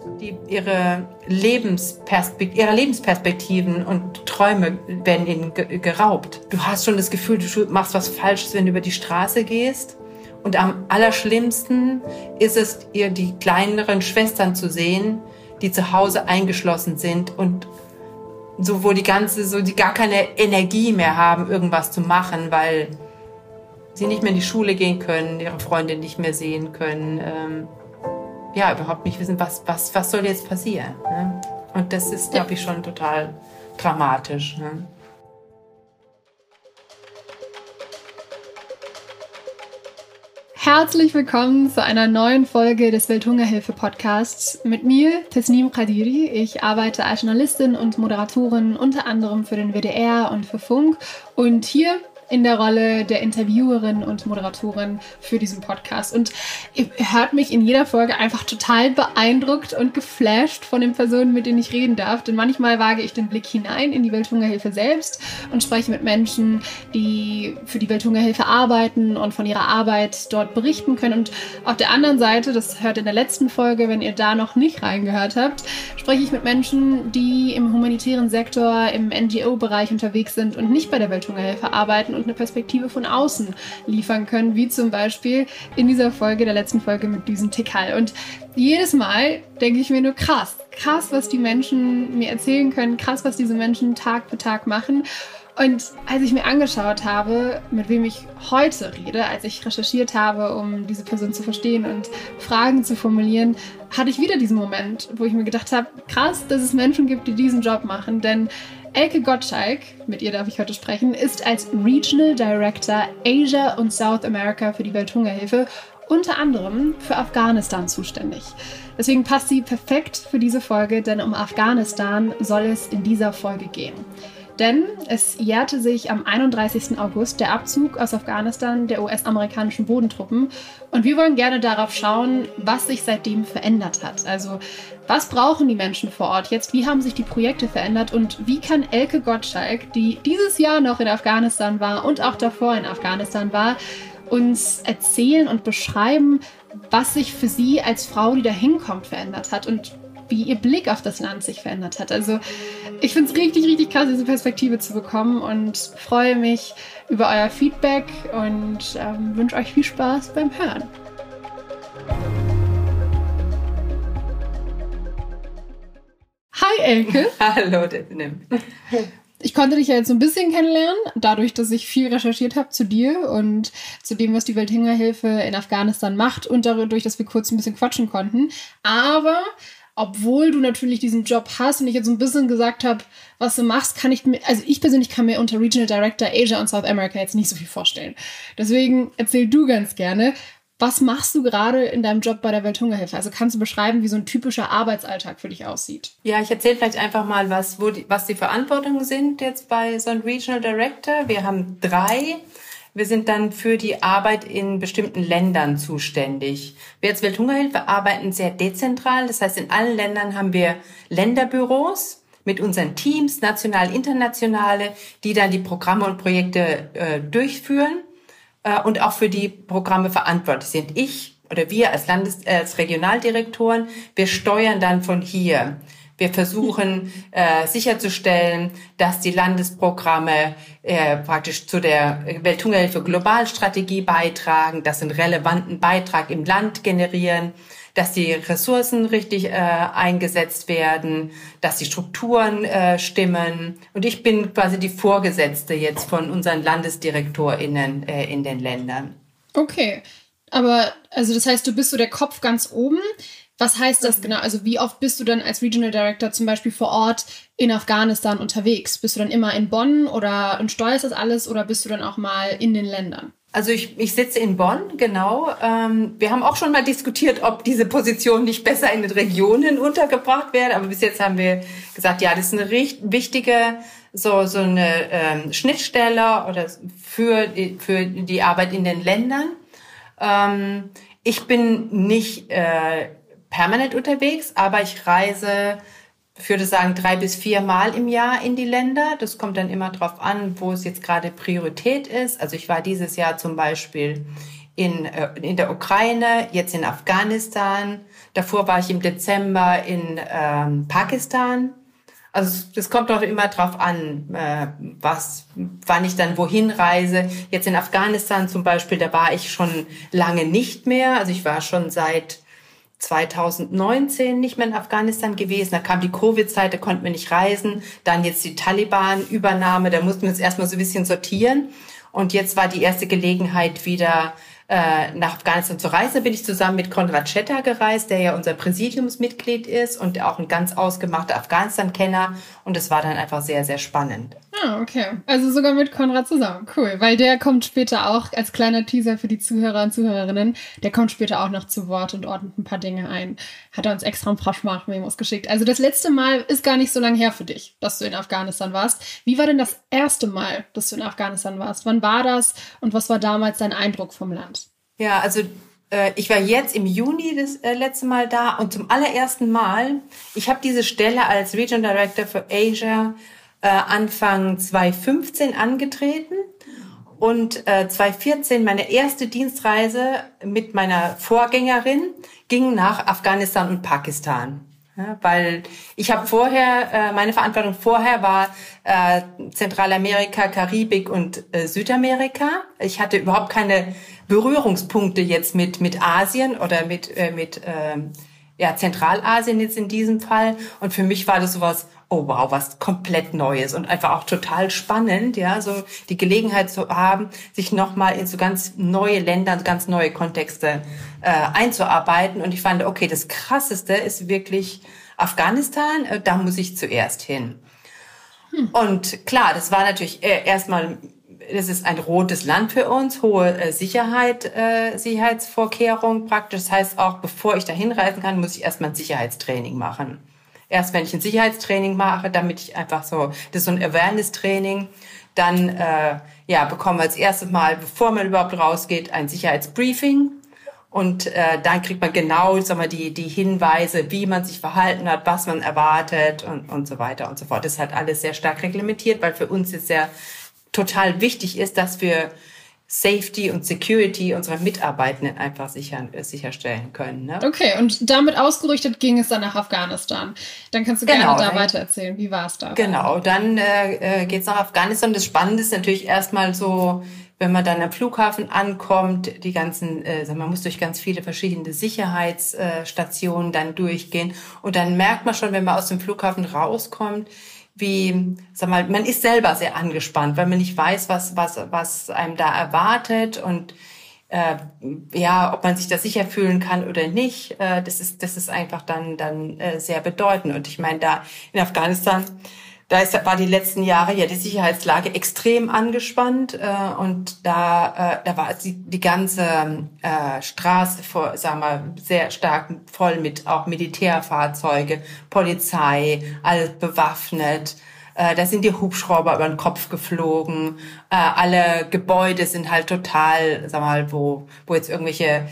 ihre Lebensperspektiven und Träume werden ihnen geraubt. Du hast schon das Gefühl, du machst was Falsches, wenn du über die Straße gehst. Und am allerschlimmsten ist es, ihr die kleineren Schwestern zu sehen, die zu Hause eingeschlossen sind und wo die gar keine Energie mehr haben, irgendwas zu machen, weil sie nicht mehr in die Schule gehen können, ihre Freunde nicht mehr sehen können, überhaupt nicht wissen, was soll jetzt passieren. Ne? Und das ist, glaube ich, schon total dramatisch. Ne? Herzlich willkommen zu einer neuen Folge des Welthungerhilfe-Podcasts mit mir, Tasnim Qadiri. Ich arbeite als Journalistin und Moderatorin unter anderem für den WDR und für Funk und hier in der Rolle der Interviewerin und Moderatorin für diesen Podcast. Und ihr hört mich in jeder Folge einfach total beeindruckt und geflasht von den Personen, mit denen ich reden darf. Denn manchmal wage ich den Blick hinein in die Welthungerhilfe selbst und spreche mit Menschen, die für die Welthungerhilfe arbeiten und von ihrer Arbeit dort berichten können. Und auf der anderen Seite, das hört in der letzten Folge, wenn ihr da noch nicht reingehört habt, spreche ich mit Menschen, die im humanitären Sektor, im NGO-Bereich unterwegs sind und nicht bei der Welthungerhilfe arbeiten und eine Perspektive von außen liefern können, wie zum Beispiel in dieser Folge, der letzten Folge mit Düsen Tikal. Und jedes Mal denke ich mir nur krass, was die Menschen mir erzählen können, krass, was diese Menschen Tag für Tag machen. Und als ich mir angeschaut habe, mit wem ich heute rede, als ich recherchiert habe, um diese Person zu verstehen und Fragen zu formulieren, hatte ich wieder diesen Moment, wo ich mir gedacht habe, krass, dass es Menschen gibt, die diesen Job machen, denn Elke Gottschalk, mit ihr darf ich heute sprechen, ist als Regional Director Asia und South America für die Welthungerhilfe unter anderem für Afghanistan zuständig. Deswegen passt sie perfekt für diese Folge, denn um Afghanistan soll es in dieser Folge gehen. Denn es jährte sich am 31. August der Abzug aus Afghanistan der US-amerikanischen Bodentruppen. Und wir wollen gerne darauf schauen, was sich seitdem verändert hat. Also, was brauchen die Menschen vor Ort jetzt? Wie haben sich die Projekte verändert? Und wie kann Elke Gottschalk, die dieses Jahr noch in Afghanistan war und auch davor in Afghanistan war, uns erzählen und beschreiben, was sich für sie als Frau, die da hinkommt, verändert hat und wie ihr Blick auf das Land sich verändert hat. Also ich finde es richtig, richtig krass, diese Perspektive zu bekommen und freue mich über euer Feedback und wünsche euch viel Spaß beim Hören. Hi Elke. Hallo Tasnim. Ich konnte dich ja jetzt so ein bisschen kennenlernen, dadurch, dass ich viel recherchiert habe zu dir und zu dem, was die Welthungerhilfe in Afghanistan macht und dadurch, dass wir kurz ein bisschen quatschen konnten. Aber obwohl du natürlich diesen Job hast und ich jetzt so ein bisschen gesagt habe, was du machst, ich persönlich kann mir unter Regional Director Asia und South America jetzt nicht so viel vorstellen. Deswegen erzähl du ganz gerne, was machst du gerade in deinem Job bei der Welthungerhilfe? Also kannst du beschreiben, wie so ein typischer Arbeitsalltag für dich aussieht? Ja, ich erzähle vielleicht einfach mal, was die Verantwortungen sind jetzt bei so einem Regional Director. Wir haben 3. Wir sind dann für die Arbeit in bestimmten Ländern zuständig. Wir als Welthungerhilfe arbeiten sehr dezentral. Das heißt, in allen Ländern haben wir Länderbüros mit unseren Teams, national, internationale, die dann die Programme und Projekte durchführen und auch für die Programme verantwortlich sind. Ich oder wir als Regionaldirektoren, wir steuern dann von hier. Wir versuchen sicherzustellen, dass die Landesprogramme praktisch zu der Welthungerhilfe Globalstrategie beitragen, dass sie einen relevanten Beitrag im Land generieren, dass die Ressourcen richtig eingesetzt werden, dass die Strukturen stimmen. Und ich bin quasi die Vorgesetzte jetzt von unseren LandesdirektorInnen in den Ländern. Okay, aber also das heißt, du bist so der Kopf ganz oben. Was heißt das genau? Also wie oft bist du dann als Regional Director zum Beispiel vor Ort in Afghanistan unterwegs? Bist du dann immer in Bonn und steuerst das alles oder bist du dann auch mal in den Ländern? Also ich sitze in Bonn, genau. Wir haben auch schon mal diskutiert, ob diese Position nicht besser in den Regionen untergebracht wäre. Aber bis jetzt haben wir gesagt, ja, das ist eine wichtige so eine Schnittstelle oder für die Arbeit in den Ländern. Ich bin nicht permanent unterwegs, aber ich reise, ich würde sagen, 3 bis 4 Mal im Jahr in die Länder. Das kommt dann immer drauf an, wo es jetzt gerade Priorität ist. Also ich war dieses Jahr zum Beispiel in der Ukraine, jetzt in Afghanistan. Davor war ich im Dezember in Pakistan. Also das kommt doch immer drauf an, wann ich dann wohin reise. Jetzt in Afghanistan zum Beispiel, da war ich schon lange nicht mehr. Also ich war schon seit 2019 nicht mehr in Afghanistan gewesen. Da kam die Covid-Zeit, da konnten wir nicht reisen. Dann jetzt die Taliban-Übernahme, da mussten wir uns erstmal so ein bisschen sortieren. Und jetzt war die erste Gelegenheit, wieder nach Afghanistan zu reisen. Da bin ich zusammen mit Konrad Schetter gereist, der ja unser Präsidiumsmitglied ist und auch ein ganz ausgemachter Afghanistan-Kenner. Und es war dann einfach sehr, sehr spannend. Ah, okay. Also sogar mit Konrad zusammen. Cool. Weil der kommt später auch, als kleiner Teaser für die Zuhörer und Zuhörerinnen, der kommt später auch noch zu Wort und ordnet ein paar Dinge ein. Hat er uns extra ein paar Sprachmemos geschickt. Also das letzte Mal ist gar nicht so lange her für dich, dass du in Afghanistan warst. Wie war denn das erste Mal, dass du in Afghanistan warst? Wann war das und was war damals dein Eindruck vom Land? Ja, also ich war jetzt im Juni das letzte Mal da und zum allerersten Mal, ich habe diese Stelle als Regional Director für Asia Anfang 2015 angetreten und 2014 meine erste Dienstreise mit meiner Vorgängerin ging nach Afghanistan und Pakistan. Ja, weil ich habe meine Verantwortung vorher war Zentralamerika, Karibik und Südamerika. Ich hatte überhaupt keine Berührungspunkte jetzt mit Asien oder mit Zentralasien jetzt in diesem Fall. Und für mich war das sowas, oh wow, was komplett Neues und einfach auch total spannend, ja, so die Gelegenheit zu haben, sich nochmal in so ganz neue Länder, ganz neue Kontexte einzuarbeiten. Und ich fand, okay, das Krasseste ist wirklich Afghanistan, da muss ich zuerst hin. Und klar, das war natürlich erstmal, das ist ein rotes Land für uns, hohe Sicherheitsvorkehrungen praktisch. Das heißt auch, bevor ich da hinreisen kann, muss ich erstmal ein Sicherheitstraining machen. Erst wenn ich ein Sicherheitstraining mache, damit ich einfach so, das ist so ein Awareness-Training, dann bekommen wir als erstes Mal, bevor man überhaupt rausgeht, ein Sicherheitsbriefing. Und dann kriegt man genau, die Hinweise, wie man sich verhalten hat, was man erwartet und so weiter und so fort. Das ist halt alles sehr stark reglementiert, weil für uns jetzt sehr total wichtig ist, dass wir Safety und Security unserer Mitarbeitenden einfach sicherstellen können. Ne? Okay, und damit ausgerüstet ging es dann nach Afghanistan. Dann kannst du gerne da weiter erzählen. Wie war es da? Genau, dann geht's nach Afghanistan. Das Spannende ist natürlich erstmal so, wenn man dann am Flughafen ankommt, die ganzen, man muss durch ganz viele verschiedene Sicherheitsstationen dann durchgehen. Und dann merkt man schon, wenn man aus dem Flughafen rauskommt, man ist selber sehr angespannt, weil man nicht weiß, was einem da erwartet und ob man sich da sicher fühlen kann oder nicht. Das ist einfach dann sehr bedeutend. Und ich meine, da in Afghanistan, war die letzten Jahre ja die Sicherheitslage extrem angespannt und da war die ganze Straße sehr stark voll mit auch Militärfahrzeuge, Polizei, alles bewaffnet. Da sind die Hubschrauber über den Kopf geflogen. Alle Gebäude sind halt total, wo jetzt irgendwelche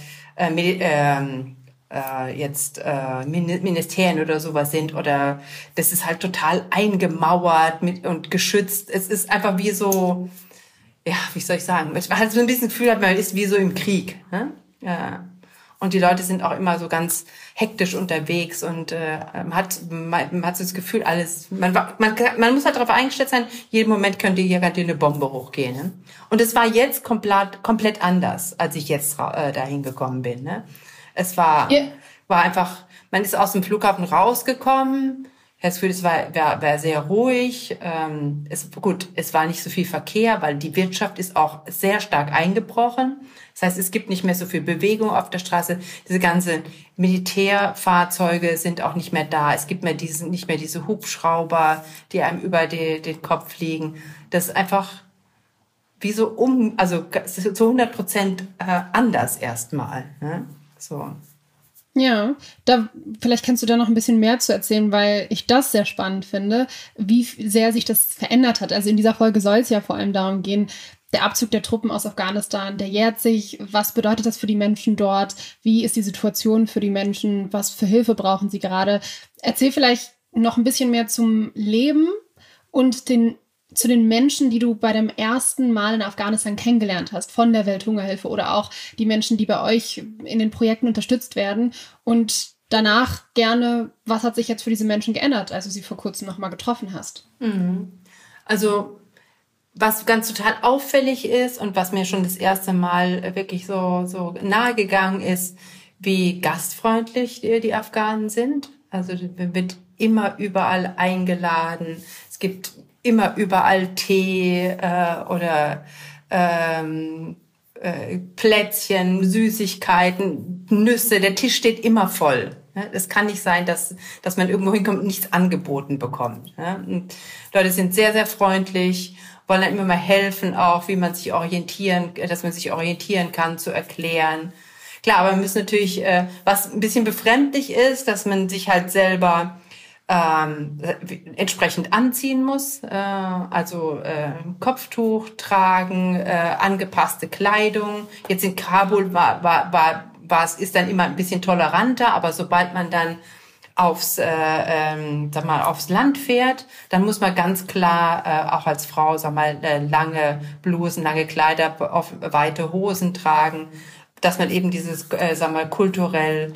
Ministerien oder sowas sind, oder das ist halt total eingemauert und geschützt. Es ist einfach wie so, wie soll ich sagen, man hat so ein bisschen das Gefühl, man ist wie so im Krieg. Ne? Ja. Und die Leute sind auch immer so ganz hektisch unterwegs und man hat so das Gefühl, alles, man muss halt darauf eingestellt sein, jeden Moment könnte hier gerade eine Bombe hochgehen. Ne? Und es war jetzt komplett anders, als ich jetzt dahin gekommen bin. Ne? Es war einfach, man ist aus dem Flughafen rausgekommen. Das Gefühl, es war sehr ruhig. Es war nicht so viel Verkehr, weil die Wirtschaft ist auch sehr stark eingebrochen. Das heißt, es gibt nicht mehr so viel Bewegung auf der Straße. Diese ganzen Militärfahrzeuge sind auch nicht mehr da. Es gibt nicht mehr diese Hubschrauber, die einem über den Kopf fliegen. Das ist einfach wie so zu 100% anders erstmal. Ne? So. Ja, vielleicht kannst du da noch ein bisschen mehr zu erzählen, weil ich das sehr spannend finde, wie sehr sich das verändert hat. Also in dieser Folge soll es ja vor allem darum gehen, der Abzug der Truppen aus Afghanistan, der jährt sich. Was bedeutet das für die Menschen dort? Wie ist die Situation für die Menschen? Was für Hilfe brauchen sie gerade? Erzähl vielleicht noch ein bisschen mehr zum Leben und den zu den Menschen, die du bei dem ersten Mal in Afghanistan kennengelernt hast, von der Welthungerhilfe oder auch die Menschen, die bei euch in den Projekten unterstützt werden und danach gerne, was hat sich jetzt für diese Menschen geändert, als du sie vor kurzem nochmal getroffen hast? Also was ganz total auffällig ist und was mir schon das erste Mal wirklich so nahe gegangen ist, wie gastfreundlich die Afghanen sind. Also wird immer überall eingeladen. Es gibt immer überall Tee oder Plätzchen, Süßigkeiten, Nüsse. Der Tisch steht immer voll. Es kann nicht sein, dass man irgendwo hinkommt und nichts angeboten bekommt. Und Leute sind sehr, sehr freundlich, wollen dann immer mal helfen, auch wie man sich dass man sich orientieren kann, zu erklären. Klar, aber wir müssen natürlich, was ein bisschen befremdlich ist, dass man sich halt selber entsprechend anziehen muss, also Kopftuch tragen, angepasste Kleidung. Jetzt in Kabul ist dann immer ein bisschen toleranter, aber sobald man dann aufs Land fährt, dann muss man ganz klar auch als Frau, lange Blusen, lange Kleider, weite Hosen tragen, dass man eben dieses, kulturell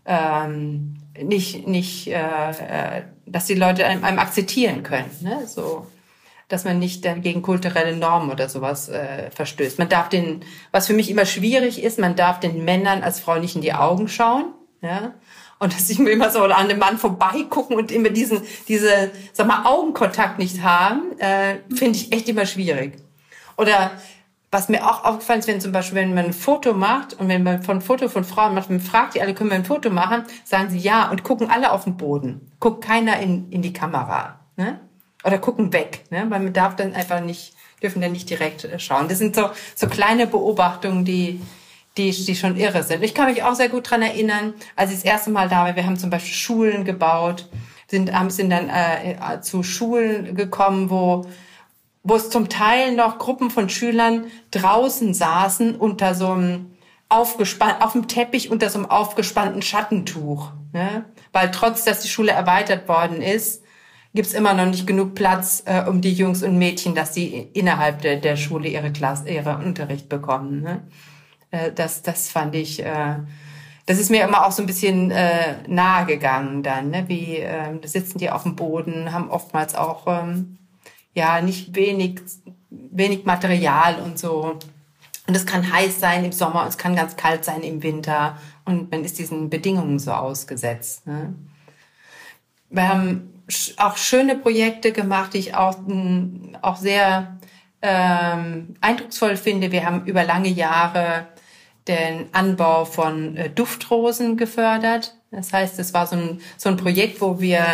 dass die Leute einem akzeptieren können, ne? So, dass man nicht gegen kulturelle Normen oder sowas verstößt. Was für mich immer schwierig ist, man darf den Männern als Frau nicht in die Augen schauen, ja. Und dass ich mir immer so an dem Mann vorbeigucken und immer diese Augenkontakt nicht haben, finde ich echt immer schwierig. Oder was mir auch aufgefallen ist, wenn man ein Foto macht und wenn man ein Foto von Frauen macht, man fragt die alle, können wir ein Foto machen? Sagen sie ja und gucken alle auf den Boden. Guckt keiner in die Kamera, ne? Oder gucken weg, ne? Weil man dürfen dann nicht direkt schauen. Das sind so kleine Beobachtungen, die schon irre sind. Ich kann mich auch sehr gut dran erinnern, als ich das erste Mal da war, wir haben zum Beispiel Schulen gebaut, sind dann zu Schulen gekommen, wo es zum Teil noch Gruppen von Schülern draußen saßen unter so einem auf dem Teppich unter so einem aufgespannten Schattentuch, ne? Weil trotz, dass die Schule erweitert worden ist, gibt's immer noch nicht genug Platz um die Jungs und Mädchen, dass sie innerhalb der Schule ihren Unterricht bekommen, ne? Das fand ich, das ist mir immer auch so ein bisschen nahe gegangen dann, ne? Da sitzen die auf dem Boden, haben oftmals auch nicht wenig Material und so. Und es kann heiß sein im Sommer, es kann ganz kalt sein im Winter und man ist diesen Bedingungen so ausgesetzt, ne? Wir haben auch schöne Projekte gemacht, die ich auch sehr eindrucksvoll finde. Wir haben über lange Jahre den Anbau von Duftrosen gefördert. Das heißt, es war so ein Projekt, wo wir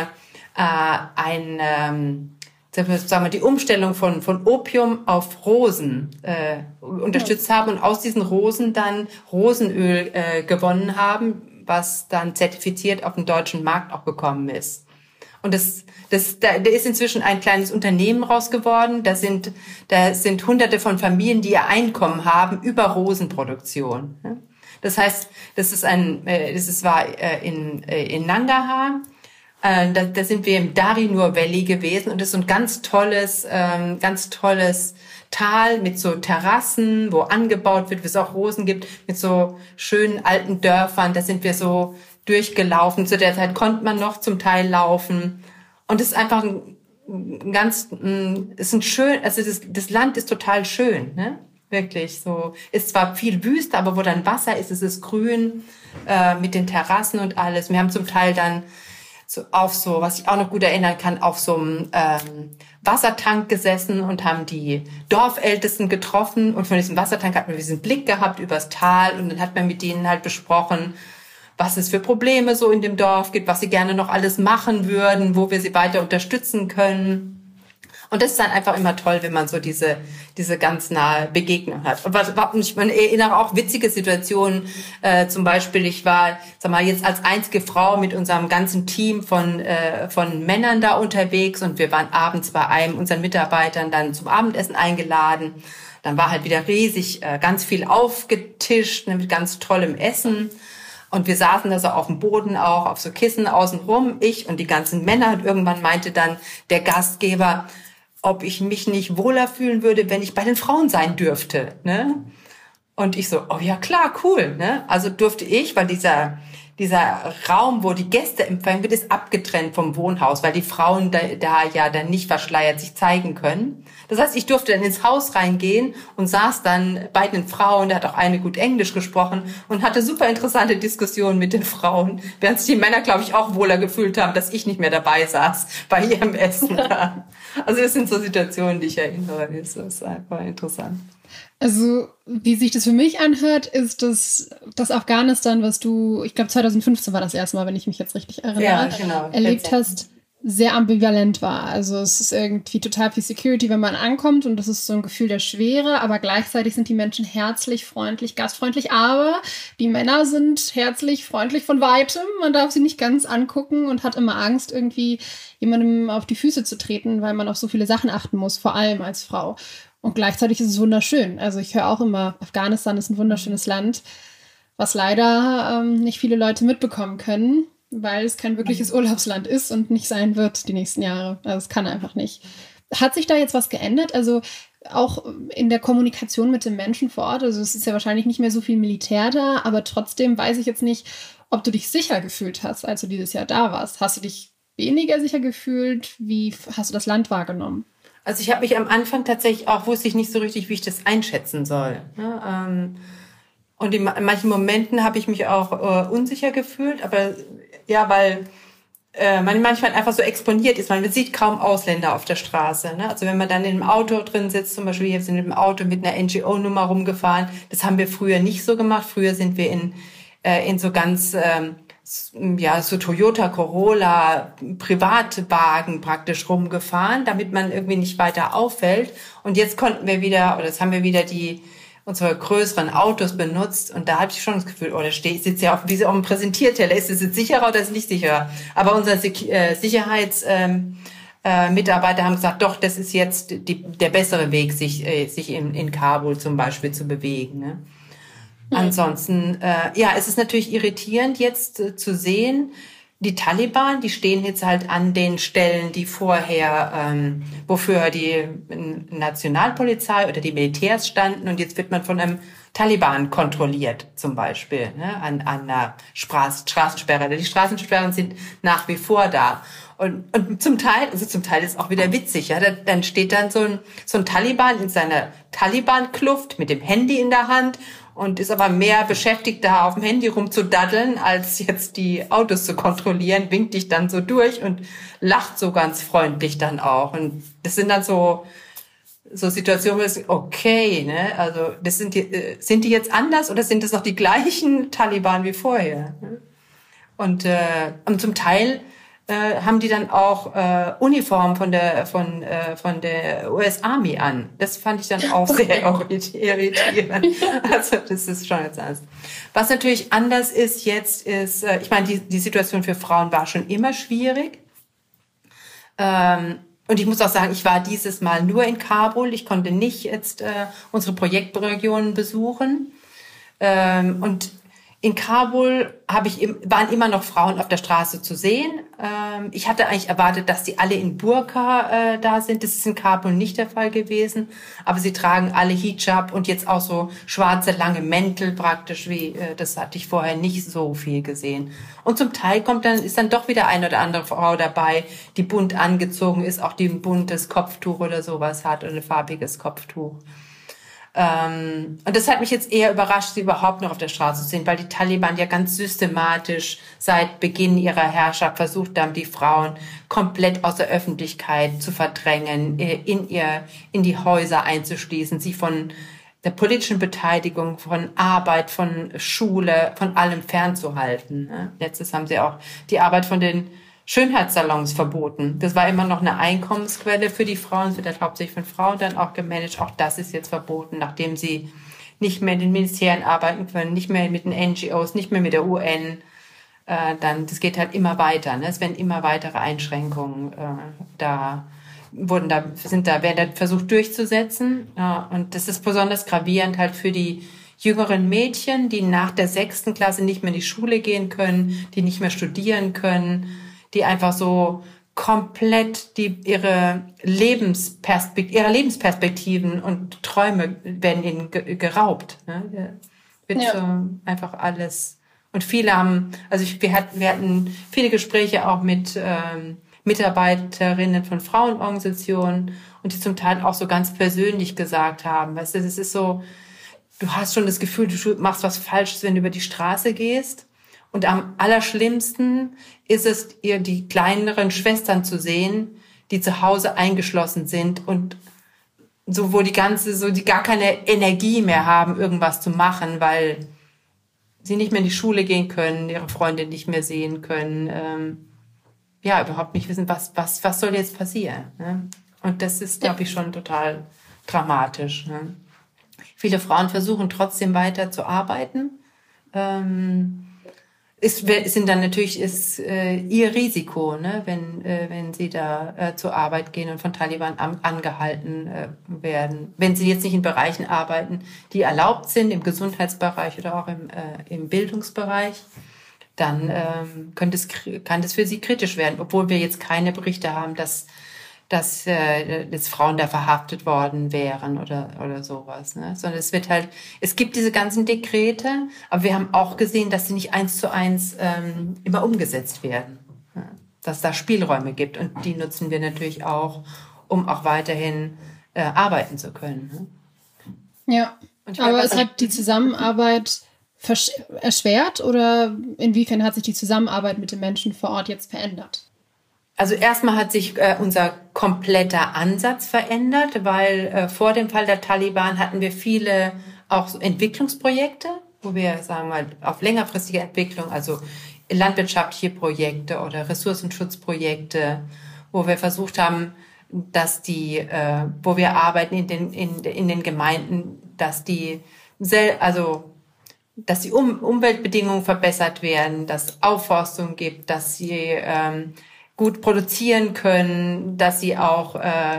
die Umstellung von Opium auf Rosen unterstützt haben und aus diesen Rosen dann Rosenöl gewonnen haben, was dann zertifiziert auf den deutschen Markt auch gekommen ist. Und da ist inzwischen ein kleines Unternehmen raus geworden. Da sind Hunderte von Familien, die ihr Einkommen haben über Rosenproduktion. Das heißt, war in Nangarhar. Da sind wir im Darinur Valley gewesen und das ist so ein ganz tolles Tal mit so Terrassen, wo angebaut wird, wo es auch Rosen gibt, mit so schönen alten Dörfern. Da sind wir so durchgelaufen. Zu der Zeit konnte man noch zum Teil laufen. Und es ist einfach das Land ist total schön, ne? Wirklich so. Ist zwar viel Wüste, aber wo dann Wasser ist, ist es grün, mit den Terrassen und alles. Wir haben zum Teil dann was ich auch noch gut erinnern kann, auf so einem Wassertank gesessen und haben die Dorfältesten getroffen und von diesem Wassertank hat man diesen Blick gehabt übers Tal und dann hat man mit denen halt besprochen, was es für Probleme so in dem Dorf gibt, was sie gerne noch alles machen würden, wo wir sie weiter unterstützen können. Und das ist dann einfach immer toll, wenn man so diese ganz nahe Begegnung hat. Und ich erinnere auch witzige Situationen. Zum Beispiel, ich war, jetzt als einzige Frau mit unserem ganzen Team von Männern da unterwegs und wir waren abends bei einem unseren Mitarbeitern dann zum Abendessen eingeladen. Dann war halt wieder riesig, ganz viel aufgetischt, mit ganz tollem Essen. Und wir saßen da so auf dem Boden auch, auf so Kissen außenrum, ich und die ganzen Männer. Und irgendwann meinte dann der Gastgeber, ob ich mich nicht wohler fühlen würde, wenn ich bei den Frauen sein dürfte. Ne? Und ich so, oh ja klar, cool. Ne? Also durfte ich, weil dieser Raum, wo die Gäste empfangen wird, ist abgetrennt vom Wohnhaus, weil die Frauen da ja dann nicht verschleiert sich zeigen können. Das heißt, ich durfte dann ins Haus reingehen und saß dann bei den Frauen, da hat auch eine gut Englisch gesprochen und hatte super interessante Diskussionen mit den Frauen, während sich die Männer, glaube ich, auch wohler gefühlt haben, dass ich nicht mehr dabei saß bei ihrem Essen. Also das sind so Situationen, die ich erinnere. Das ist einfach interessant. Also, wie sich das für mich anhört, ist das Afghanistan, was du, ich glaube 2015 war das erste Mal, wenn ich mich jetzt richtig erinnere, ja, genau, erlebt hast, sehr ambivalent war. Also es ist irgendwie total viel Security, wenn man ankommt und das ist so ein Gefühl der Schwere, aber gleichzeitig sind die Menschen herzlich, freundlich, gastfreundlich, aber die Männer sind herzlich, freundlich von Weitem. Man darf sie nicht ganz angucken und hat immer Angst, irgendwie jemandem auf die Füße zu treten, weil man auf so viele Sachen achten muss, vor allem als Frau. Und gleichzeitig ist es wunderschön. Also ich höre auch immer, Afghanistan ist ein wunderschönes Land, was leider nicht viele Leute mitbekommen können, weil es kein wirkliches Urlaubsland ist und nicht sein wird die nächsten Jahre. Also es kann einfach nicht. Hat sich da jetzt was geändert? Also auch in der Kommunikation mit den Menschen vor Ort? Also es ist ja wahrscheinlich nicht mehr so viel Militär da, aber trotzdem weiß ich jetzt nicht, ob du dich sicher gefühlt hast, als du dieses Jahr da warst. Hast du dich weniger sicher gefühlt? Wie hast du das Land wahrgenommen? Also ich habe mich am Anfang tatsächlich auch, wusste ich nicht so richtig, wie ich das einschätzen soll. Ne? Und in manchen Momenten habe ich mich auch unsicher gefühlt, aber ja, weil man manchmal einfach so exponiert ist. Man sieht kaum Ausländer auf der Straße. Ne? Also wenn man dann in einem Auto drin sitzt, zum Beispiel hier sind wir im Auto mit einer NGO-Nummer rumgefahren, das haben wir früher nicht so gemacht. Früher sind wir in so ganz so Toyota Corolla Privatwagen praktisch rumgefahren, damit man irgendwie nicht weiter auffällt. Und jetzt konnten wir wieder, oder jetzt haben wir wieder unsere größeren Autos benutzt. Und da hatte ich schon das Gefühl, da sitzt ja wie auf dem Präsentierteller. Ist es jetzt sicherer oder ist es nicht sicherer? Aber unser Sicherheitsmitarbeiter haben gesagt, doch, das ist jetzt der bessere Weg, sich in Kabul zum Beispiel zu bewegen. Ne? Ansonsten, es ist natürlich irritierend jetzt zu sehen, die Taliban, die stehen jetzt halt an den Stellen, die vorher, wofür die Nationalpolizei oder die Militärs standen und jetzt wird man von einem Taliban kontrolliert, zum Beispiel, ne, an einer Straßensperre. Die Straßensperren sind nach wie vor da. Und zum Teil ist auch wieder witzig, ja, dann steht dann so ein Taliban in seiner Taliban-Kluft mit dem Handy in der Hand und ist aber mehr beschäftigt, da auf dem Handy rumzudaddeln, als jetzt die Autos zu kontrollieren, winkt dich dann so durch und lacht so ganz freundlich dann auch. Und das sind dann so Situationen, wo es okay, ne, also sind die jetzt anders oder sind das noch die gleichen Taliban wie vorher? Und zum Teil haben die dann auch Uniformen von der US Army an. Das fand ich dann auch sehr irritierend. Also das ist schon jetzt anders. Was natürlich anders ist jetzt, ich meine, die Situation für Frauen war schon immer schwierig. Und ich muss auch sagen, ich war dieses Mal nur in Kabul. Ich konnte nicht jetzt unsere Projektregionen besuchen. Und in Kabul waren immer noch Frauen auf der Straße zu sehen. Ich hatte eigentlich erwartet, dass die alle in Burka da sind. Das ist in Kabul nicht der Fall gewesen. Aber sie tragen alle Hijab und jetzt auch so schwarze, lange Mäntel praktisch. Das hatte ich vorher nicht so viel gesehen. Und zum Teil ist dann doch wieder eine oder andere Frau dabei, die bunt angezogen ist, auch die ein buntes Kopftuch oder sowas hat oder ein farbiges Kopftuch. Und das hat mich jetzt eher überrascht, sie überhaupt noch auf der Straße zu sehen, weil die Taliban ja ganz systematisch seit Beginn ihrer Herrschaft versucht haben, die Frauen komplett aus der Öffentlichkeit zu verdrängen, in die Häuser einzuschließen, sie von der politischen Beteiligung, von Arbeit, von Schule, von allem fernzuhalten. Letztes haben sie auch die Arbeit von den Schönheitssalons verboten. Das war immer noch eine Einkommensquelle für die Frauen. Es wird halt hauptsächlich von Frauen dann auch gemanagt. Auch das ist jetzt verboten, nachdem sie nicht mehr in den Ministerien arbeiten können, nicht mehr mit den NGOs, nicht mehr mit der UN. Das geht halt immer weiter. Ne? Es werden immer weitere Einschränkungen werden da versucht durchzusetzen. Und das ist besonders gravierend halt für die jüngeren Mädchen, die nach der 6. Klasse nicht mehr in die Schule gehen können, die nicht mehr studieren können, die einfach so komplett ihre Lebensperspektiven und Träume werden ihnen geraubt. Ne? Wird so einfach alles. Und viele haben, also wir hatten viele Gespräche auch mit Mitarbeiterinnen von Frauenorganisationen und die zum Teil auch so ganz persönlich gesagt haben, weißt du, das ist so, du hast schon das Gefühl, du machst was Falsches, wenn du über die Straße gehst. Und am allerschlimmsten ist es, ihr die kleineren Schwestern zu sehen, die zu Hause eingeschlossen sind und so, wo die gar keine Energie mehr haben, irgendwas zu machen, weil sie nicht mehr in die Schule gehen können, ihre Freunde nicht mehr sehen können, überhaupt nicht wissen, was soll jetzt passieren. Ne? Und das ist, glaube ich, schon total dramatisch. Ne? Viele Frauen versuchen trotzdem weiter zu arbeiten. Ist ihr Risiko, ne, wenn sie da zur Arbeit gehen und von Taliban angehalten werden. Wenn sie jetzt nicht in Bereichen arbeiten, die erlaubt sind, im Gesundheitsbereich oder auch im Bildungsbereich, dann kann das für sie kritisch werden, obwohl wir jetzt keine Berichte haben, dass Frauen da verhaftet worden wären oder sowas, ne? Sondern es gibt diese ganzen Dekrete, aber wir haben auch gesehen, dass sie nicht 1:1 immer umgesetzt werden, ne? Dass da Spielräume gibt und die nutzen wir natürlich auch, um auch weiterhin arbeiten zu können. Ne? Ja, aber es hat die Zusammenarbeit erschwert oder inwiefern hat sich die Zusammenarbeit mit den Menschen vor Ort jetzt verändert? Also erstmal hat sich unser kompletter Ansatz verändert, weil vor dem Fall der Taliban hatten wir viele auch so Entwicklungsprojekte, wo wir, sagen wir mal, auf längerfristige Entwicklung, also landwirtschaftliche Projekte oder Ressourcenschutzprojekte, wo wir versucht haben, dass wo wir arbeiten in den Gemeinden, dass die Umweltbedingungen verbessert werden, dass es Aufforstung gibt, dass sie gut produzieren können, dass sie auch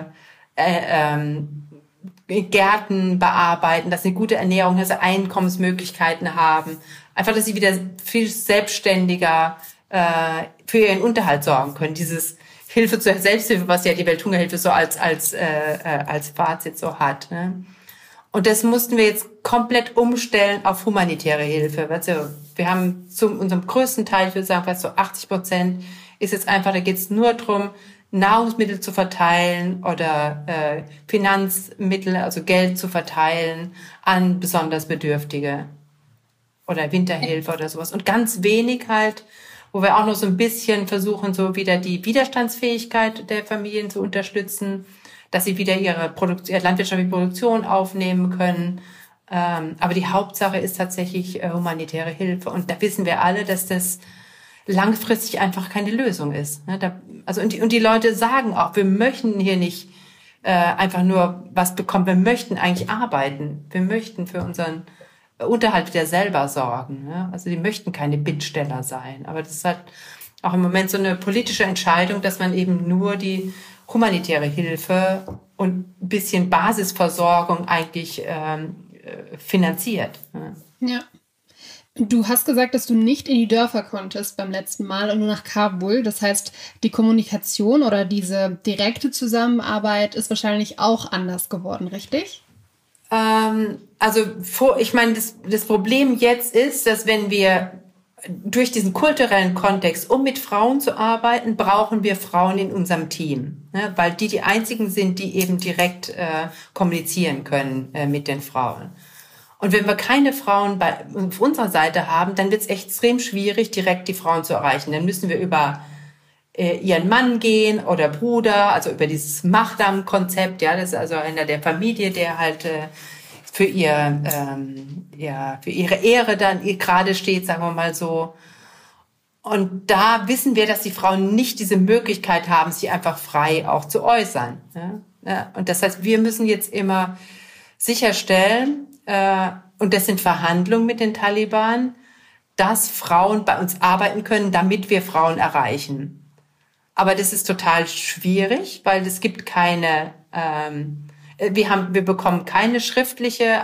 Gärten bearbeiten, dass sie gute Ernährung, dass sie Einkommensmöglichkeiten haben. Einfach, dass sie wieder viel selbstständiger für ihren Unterhalt sorgen können. Dieses Hilfe zur Selbsthilfe, was ja die Welthungerhilfe so als Fazit so hat. Ne? Und das mussten wir jetzt komplett umstellen auf humanitäre Hilfe. Also wir haben zu unserem größten Teil, ich würde sagen fast so 80%, ist jetzt einfach, da geht es nur darum, Nahrungsmittel zu verteilen oder Finanzmittel, also Geld zu verteilen an besonders Bedürftige oder Winterhilfe oder sowas. Und ganz wenig halt, wo wir auch noch so ein bisschen versuchen, so wieder die Widerstandsfähigkeit der Familien zu unterstützen, dass sie wieder ihre landwirtschaftliche Produktion aufnehmen können. Aber die Hauptsache ist tatsächlich humanitäre Hilfe. Und da wissen wir alle, dass das langfristig einfach keine Lösung ist. Und die Leute sagen auch, wir möchten hier nicht einfach nur was bekommen, wir möchten eigentlich arbeiten. Wir möchten für unseren Unterhalt wieder selber sorgen. Ne? Also die möchten keine Bittsteller sein. Aber das ist halt auch im Moment so eine politische Entscheidung, dass man eben nur die humanitäre Hilfe und ein bisschen Basisversorgung eigentlich finanziert. Ne? Ja. Du hast gesagt, dass du nicht in die Dörfer konntest beim letzten Mal und nur nach Kabul. Das heißt, die Kommunikation oder diese direkte Zusammenarbeit ist wahrscheinlich auch anders geworden, richtig? Ich meine, das Problem jetzt ist, dass wenn wir durch diesen kulturellen Kontext, um mit Frauen zu arbeiten, brauchen wir Frauen in unserem Team, ne? Weil die einzigen sind, die eben direkt kommunizieren können mit den Frauen. Und wenn wir keine Frauen auf unserer Seite haben, dann wird es extrem schwierig, direkt die Frauen zu erreichen. Dann müssen wir über ihren Mann gehen oder Bruder, also über dieses Mahdam-Konzept. Ja, das ist also einer der Familie, der halt für ihre Ehre dann gerade steht, sagen wir mal so. Und da wissen wir, dass die Frauen nicht diese Möglichkeit haben, sich einfach frei auch zu äußern. Ja? Und das heißt, wir müssen jetzt immer sicherstellen, und das sind Verhandlungen mit den Taliban, dass Frauen bei uns arbeiten können, damit wir Frauen erreichen. Aber das ist total schwierig, weil es gibt keine, wir bekommen keine schriftliche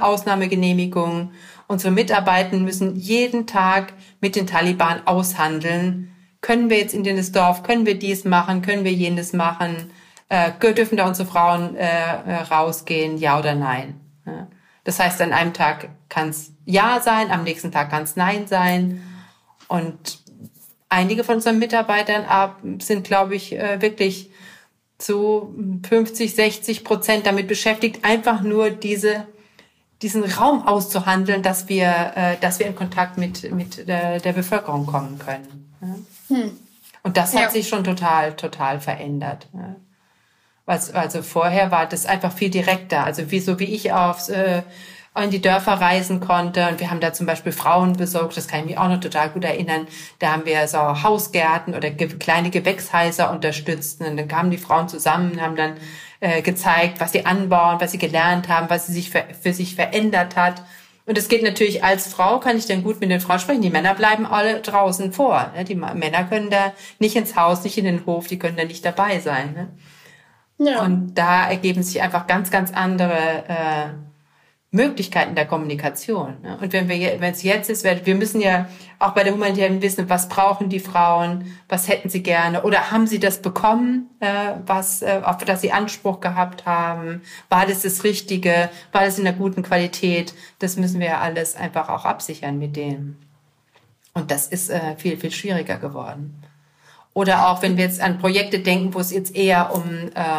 Ausnahmegenehmigung. Unsere Mitarbeiter müssen jeden Tag mit den Taliban aushandeln, können wir jetzt in das Dorf, können wir dies machen, können wir jenes machen, dürfen da unsere Frauen rausgehen, ja oder nein. Ja. Das heißt, an einem Tag kann es ja sein, am nächsten Tag kann es nein sein. Und einige von unseren Mitarbeitern sind, glaube ich, wirklich so 50-60% damit beschäftigt, einfach nur diesen Raum auszuhandeln, dass wir in Kontakt mit der Bevölkerung kommen können. Ja. Und das hat sich schon total verändert. Ja. Also vorher war das einfach viel direkter. Also wie ich in die Dörfer reisen konnte. Und wir haben da zum Beispiel Frauen besucht, das kann ich mich auch noch total gut erinnern. Da haben wir so Hausgärten oder kleine Gewächshäuser unterstützt. Und dann kamen die Frauen zusammen und haben dann gezeigt, was sie anbauen, was sie gelernt haben, was sie sich für sich verändert hat. Und es geht natürlich als Frau, kann ich dann gut mit den Frauen sprechen. Die Männer bleiben alle draußen vor. Ne? Die Männer können da nicht ins Haus, nicht in den Hof, die können da nicht dabei sein. Ne? Ja. Und da ergeben sich einfach ganz, ganz andere Möglichkeiten der Kommunikation. Ne? Und wenn es jetzt ist, wir müssen ja auch bei der Humanitären wissen, was brauchen die Frauen, was hätten sie gerne oder haben sie das bekommen, auf das sie Anspruch gehabt haben, war das Richtige, war das in einer guten Qualität, das müssen wir ja alles einfach auch absichern mit denen. Und das ist viel, viel schwieriger geworden. Oder auch, wenn wir jetzt an Projekte denken, wo es jetzt eher um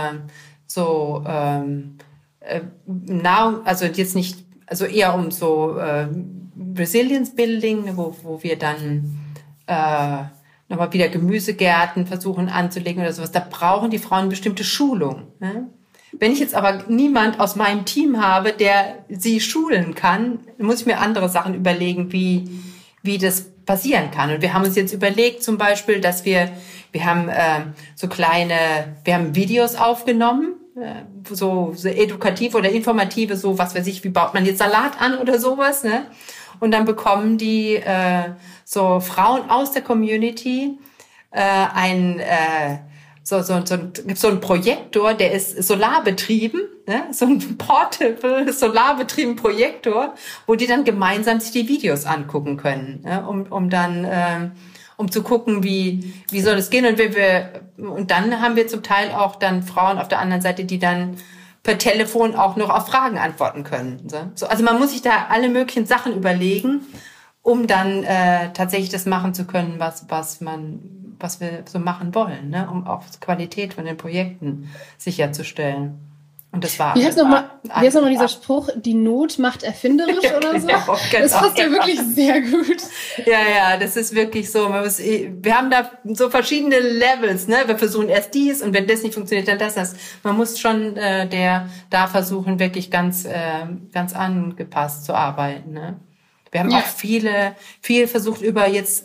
Nahrung, also jetzt nicht, also eher um so Resilience Building, wo wir dann nochmal wieder Gemüsegärten versuchen anzulegen oder sowas. Da brauchen die Frauen bestimmte Schulung. Ne? Wenn ich jetzt aber niemand aus meinem Team habe, der sie schulen kann, muss ich mir andere Sachen überlegen, wie das passieren kann. Und wir haben uns jetzt überlegt zum Beispiel, dass wir haben Videos aufgenommen, so edukativ oder informative, so was weiß ich, wie baut man jetzt Salat an oder sowas, ne? Und dann bekommen die so Frauen aus der Community gibt's so einen Projektor, der ist solarbetrieben, ne? So ein portable, solarbetrieben Projektor, wo die dann gemeinsam sich die Videos angucken können, ne? Um dann um zu gucken, wie soll es gehen. Und dann haben wir zum Teil auch dann Frauen auf der anderen Seite, die dann per Telefon auch noch auf Fragen antworten können. So, also man muss sich da alle möglichen Sachen überlegen, um dann tatsächlich das machen zu können, was wir so machen wollen, ne? Um auch die Qualität von den Projekten sicherzustellen. Und das war... Wie heißt nochmal dieser Spruch, die Not macht erfinderisch oder so? Genau. Das passt ja wirklich sehr gut. Ja, das ist wirklich so. Wir haben da so verschiedene Levels, ne? Wir versuchen erst dies und wenn das nicht funktioniert, dann das. Man muss schon da versuchen, wirklich ganz angepasst zu arbeiten, ne? Wir haben auch viel versucht, über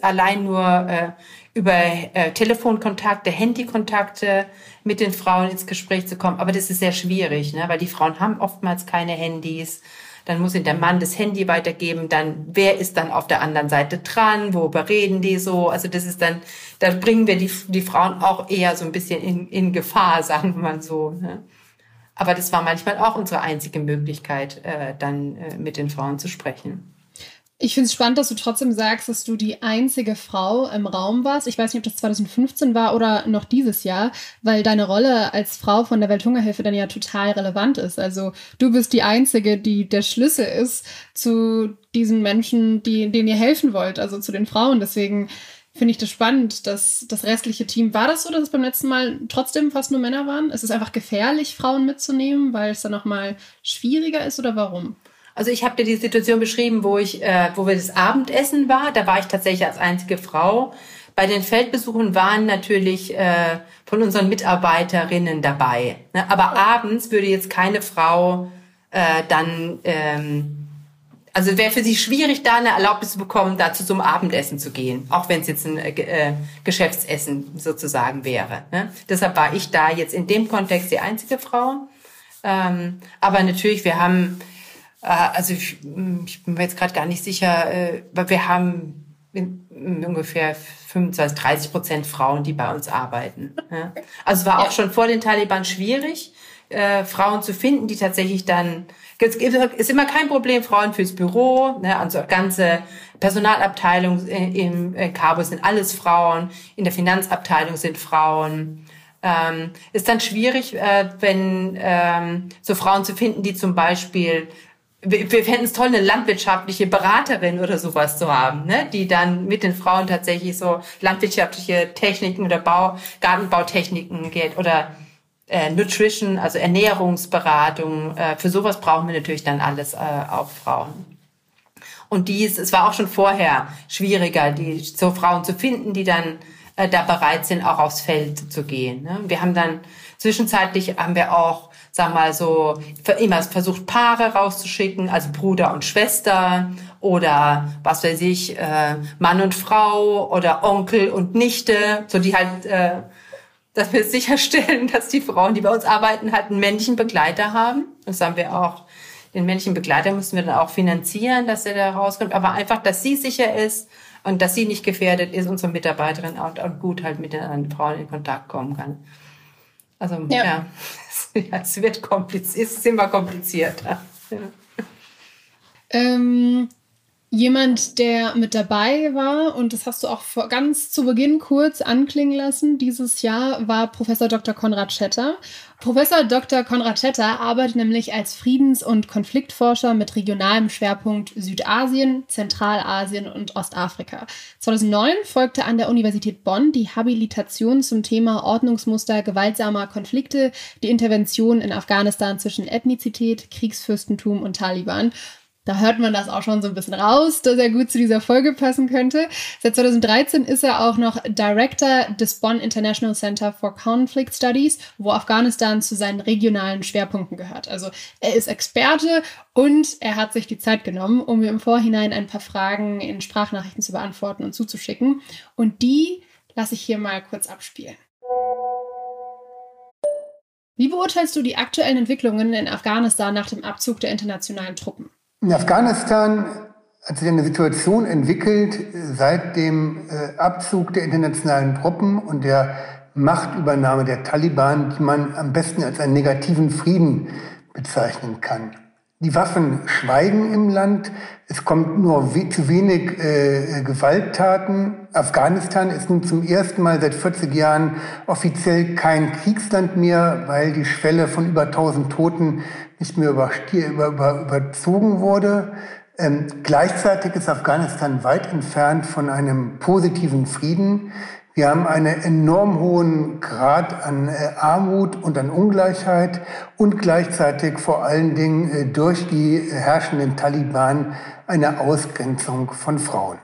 Telefonkontakte, Handykontakte mit den Frauen ins Gespräch zu kommen. Aber das ist sehr schwierig, ne? Weil die Frauen haben oftmals keine Handys. Dann muss ihnen der Mann das Handy weitergeben. Dann, wer ist dann auf der anderen Seite dran? Worüber reden die so? Also das ist dann, da bringen wir die Frauen auch eher so ein bisschen in Gefahr, sagen wir mal so, ne? Aber das war manchmal auch unsere einzige Möglichkeit, dann mit den Frauen zu sprechen. Ich finde es spannend, dass du trotzdem sagst, dass du die einzige Frau im Raum warst. Ich weiß nicht, ob das 2015 war oder noch dieses Jahr, weil deine Rolle als Frau von der Welthungerhilfe dann ja total relevant ist. Also du bist die Einzige, die der Schlüssel ist zu diesen Menschen, denen ihr helfen wollt, also zu den Frauen. Deswegen finde ich das spannend, dass das restliche Team, war das so, dass es beim letzten Mal trotzdem fast nur Männer waren? Ist es einfach gefährlich, Frauen mitzunehmen, weil es dann nochmal schwieriger ist oder warum? Also ich habe dir die Situation beschrieben, wo wir das Abendessen war. Da war ich tatsächlich als einzige Frau. Bei den Feldbesuchen waren natürlich von unseren Mitarbeiterinnen dabei. Ne? Aber abends würde jetzt keine Frau also wäre für sie schwierig, da eine Erlaubnis zu bekommen, da zu so einem Abendessen zu gehen. Auch wenn es jetzt ein Geschäftsessen sozusagen wäre. Ne? Deshalb war ich da jetzt in dem Kontext die einzige Frau. Aber natürlich, wir haben... Also ich bin mir jetzt gerade gar nicht sicher, weil wir haben ungefähr 25-30% Frauen, die bei uns arbeiten. Ja. Also es war auch schon vor den Taliban schwierig, Frauen zu finden, die tatsächlich dann... Es ist immer kein Problem, Frauen fürs Büro, ne, also ganze Personalabteilung im Cabo sind alles Frauen, in der Finanzabteilung sind Frauen. Ist dann schwierig, wenn so Frauen zu finden, die zum Beispiel, wir fänden es toll, eine landwirtschaftliche Beraterin oder sowas zu haben, ne? Die dann mit den Frauen tatsächlich so landwirtschaftliche Techniken oder Gartenbautechniken geht oder Nutrition, also Ernährungsberatung. Für sowas brauchen wir natürlich dann alles auch Frauen. Und es war auch schon vorher schwieriger, so Frauen zu finden, die dann da bereit sind, auch aufs Feld zu gehen. Ne? Wir haben dann zwischenzeitlich auch, sagen wir mal so, immer versucht, Paare rauszuschicken, also Bruder und Schwester oder was weiß ich, Mann und Frau oder Onkel und Nichte, so die halt, dass wir sicherstellen, dass die Frauen, die bei uns arbeiten, halt einen männlichen Begleiter haben. Das haben wir auch. Den männlichen Begleiter müssen wir dann auch finanzieren, dass er da rauskommt. Aber einfach, dass sie sicher ist und dass sie nicht gefährdet ist, unsere Mitarbeiterin und gut halt mit den anderen Frauen in Kontakt kommen kann. Also ja es wird kompliziert, es ist immer komplizierter. Ja. Jemand, der mit dabei war, und das hast du auch ganz zu Beginn kurz anklingen lassen, dieses Jahr war Professor Dr. Konrad Schetter. Professor Dr. Konrad Schetter arbeitet nämlich als Friedens- und Konfliktforscher mit regionalem Schwerpunkt Südasien, Zentralasien und Ostafrika. 2009 folgte an der Universität Bonn die Habilitation zum Thema Ordnungsmuster gewaltsamer Konflikte, die Intervention in Afghanistan zwischen Ethnizität, Kriegsfürstentum und Taliban. Da hört man das auch schon so ein bisschen raus, dass er gut zu dieser Folge passen könnte. Seit 2013 ist er auch noch Director des Bonn International Center for Conflict Studies, wo Afghanistan zu seinen regionalen Schwerpunkten gehört. Also er ist Experte und er hat sich die Zeit genommen, um mir im Vorhinein ein paar Fragen in Sprachnachrichten zu beantworten und zuzuschicken. Und die lasse ich hier mal kurz abspielen. Wie beurteilst du die aktuellen Entwicklungen in Afghanistan nach dem Abzug der internationalen Truppen? In Afghanistan hat sich eine Situation entwickelt seit dem Abzug der internationalen Truppen und der Machtübernahme der Taliban, die man am besten als einen negativen Frieden bezeichnen kann. Die Waffen schweigen im Land, es kommt nur zu wenig Gewalttaten. Afghanistan ist nun zum ersten Mal seit 40 Jahren offiziell kein Kriegsland mehr, weil die Schwelle von über 1000 Toten nicht mehr überzogen wurde. Gleichzeitig ist Afghanistan weit entfernt von einem positiven Frieden. Wir haben einen enorm hohen Grad an Armut und an Ungleichheit und gleichzeitig vor allen Dingen durch die herrschenden Taliban eine Ausgrenzung von Frauen.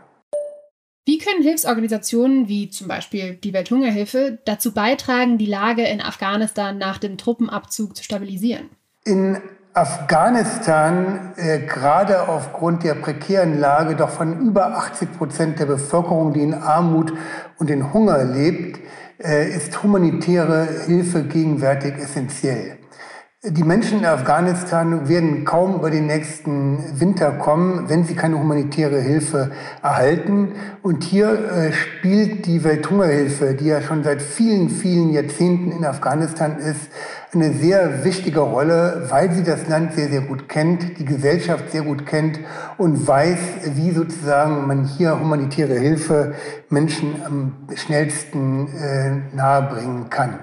Wie können Hilfsorganisationen wie zum Beispiel die Welthungerhilfe dazu beitragen, die Lage in Afghanistan nach dem Truppenabzug zu stabilisieren? In Afghanistan, gerade aufgrund der prekären Lage, doch von über 80% der Bevölkerung, die in Armut und in Hunger lebt, ist humanitäre Hilfe gegenwärtig essentiell. Die Menschen in Afghanistan werden kaum über den nächsten Winter kommen, wenn sie keine humanitäre Hilfe erhalten. Und hier spielt die Welthungerhilfe, die ja schon seit vielen, vielen Jahrzehnten in Afghanistan ist, eine sehr wichtige Rolle, weil sie das Land sehr, sehr gut kennt, die Gesellschaft sehr gut kennt und weiß, wie sozusagen man hier humanitäre Hilfe Menschen am schnellsten nahebringen kann.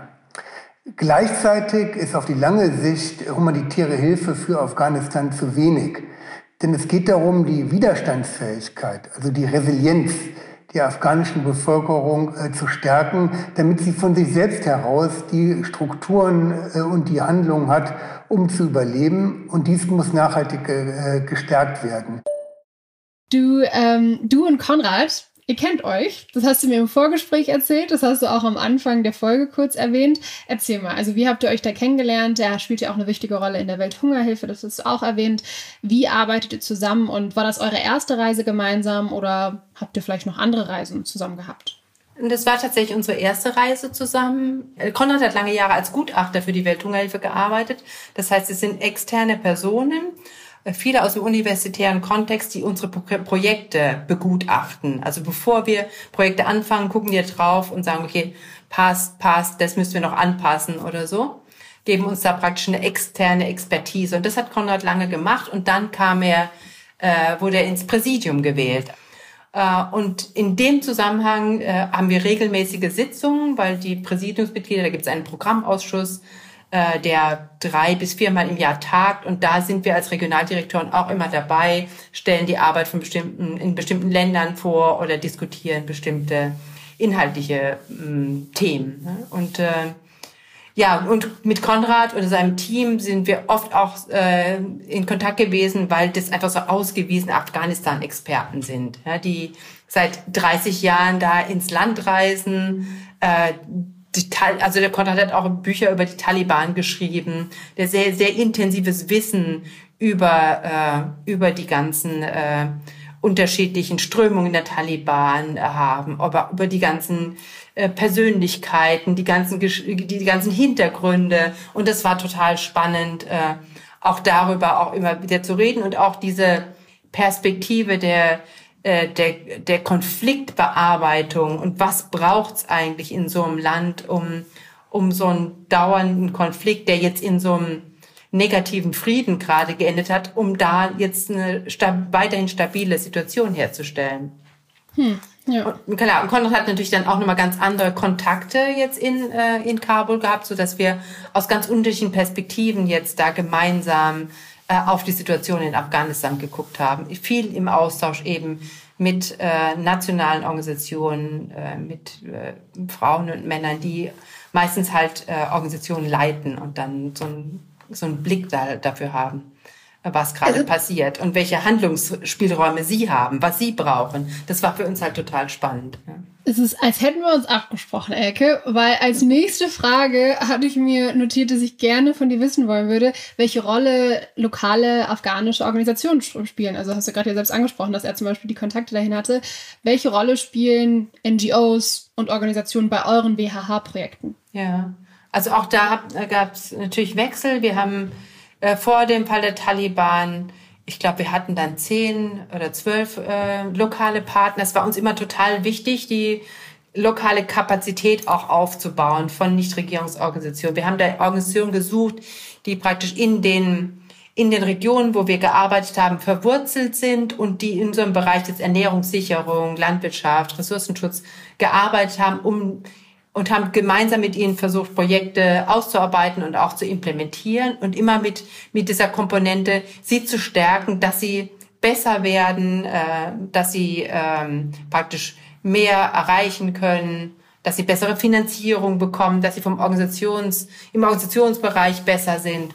Gleichzeitig ist auf die lange Sicht humanitäre Hilfe für Afghanistan zu wenig. Denn es geht darum, die Widerstandsfähigkeit, also die Resilienz der afghanischen Bevölkerung zu stärken, damit sie von sich selbst heraus die Strukturen und die Handlungen hat, um zu überleben. Und dies muss nachhaltig gestärkt werden. Du und Konrad, ihr kennt euch, das hast du mir im Vorgespräch erzählt, das hast du auch am Anfang der Folge kurz erwähnt. Erzähl mal, also wie habt ihr euch da kennengelernt? Der spielt ja auch eine wichtige Rolle in der Welthungerhilfe, das hast du auch erwähnt. Wie arbeitet ihr zusammen und war das eure erste Reise gemeinsam oder habt ihr vielleicht noch andere Reisen zusammen gehabt? Das war tatsächlich unsere erste Reise zusammen. Konrad hat lange Jahre als Gutachter für die Welthungerhilfe gearbeitet. Das heißt, es sind externe Personen, viele aus dem universitären Kontext, die unsere Projekte begutachten. Also bevor wir Projekte anfangen, gucken wir drauf und sagen, okay, passt, das müssen wir noch anpassen oder so. Geben uns da praktisch eine externe Expertise. Und das hat Konrad lange gemacht und dann wurde er ins Präsidium gewählt. Und in dem Zusammenhang haben wir regelmäßige Sitzungen, weil die Präsidiumsmitglieder, da gibt es einen Programmausschuss, der 3 bis 4 Mal im Jahr tagt. Und da sind wir als Regionaldirektoren auch immer dabei, stellen die Arbeit in bestimmten Ländern vor oder diskutieren bestimmte inhaltliche Themen. Und und mit Konrad oder seinem Team sind wir oft auch in Kontakt gewesen, weil das einfach so ausgewiesene Afghanistan-Experten sind, die seit 30 Jahren da ins Land reisen. Also der Konrad hat auch Bücher über die Taliban geschrieben, der sehr, sehr intensives Wissen über die ganzen unterschiedlichen Strömungen der Taliban haben, aber über die ganzen Persönlichkeiten, die ganzen Hintergründe. Und das war total spannend, auch darüber auch immer wieder zu reden und auch diese Perspektive der Konfliktbearbeitung und was braucht's eigentlich in so einem Land, um so einen dauernden Konflikt, der jetzt in so einem negativen Frieden gerade geendet hat, um da jetzt eine weiterhin stabile Situation herzustellen. Ja. Und Konrad hat natürlich dann auch nochmal ganz andere Kontakte jetzt in Kabul gehabt, so dass wir aus ganz unterschiedlichen Perspektiven jetzt da gemeinsam auf die Situation in Afghanistan geguckt haben. Viel im Austausch eben mit nationalen Organisationen, mit Frauen und Männern, die meistens halt Organisationen leiten und dann so einen Blick dafür haben, was gerade passiert und welche Handlungsspielräume sie haben, was sie brauchen. Das war für uns halt total spannend. Ja. Es ist, als hätten wir uns abgesprochen, Elke, weil als nächste Frage hatte ich mir notiert, dass ich gerne von dir wissen wollen würde, welche Rolle lokale afghanische Organisationen spielen. Also hast du gerade ja selbst angesprochen, dass er zum Beispiel die Kontakte dahin hatte. Welche Rolle spielen NGOs und Organisationen bei euren WHH-Projekten? Ja, also auch da gab es natürlich Wechsel. Wir haben vor dem Fall der Taliban, ich glaube, wir hatten dann 10 oder 12 lokale Partner. Es war uns immer total wichtig, die lokale Kapazität auch aufzubauen von Nichtregierungsorganisationen. Wir haben da Organisationen gesucht, die praktisch in den Regionen, wo wir gearbeitet haben, verwurzelt sind und die in so einem Bereich jetzt Ernährungssicherung, Landwirtschaft, Ressourcenschutz gearbeitet haben, und haben gemeinsam mit ihnen versucht, Projekte auszuarbeiten und auch zu implementieren und immer mit dieser Komponente, sie zu stärken, dass sie besser werden, dass sie praktisch mehr erreichen können, dass sie bessere Finanzierung bekommen, dass sie im Organisationsbereich besser sind.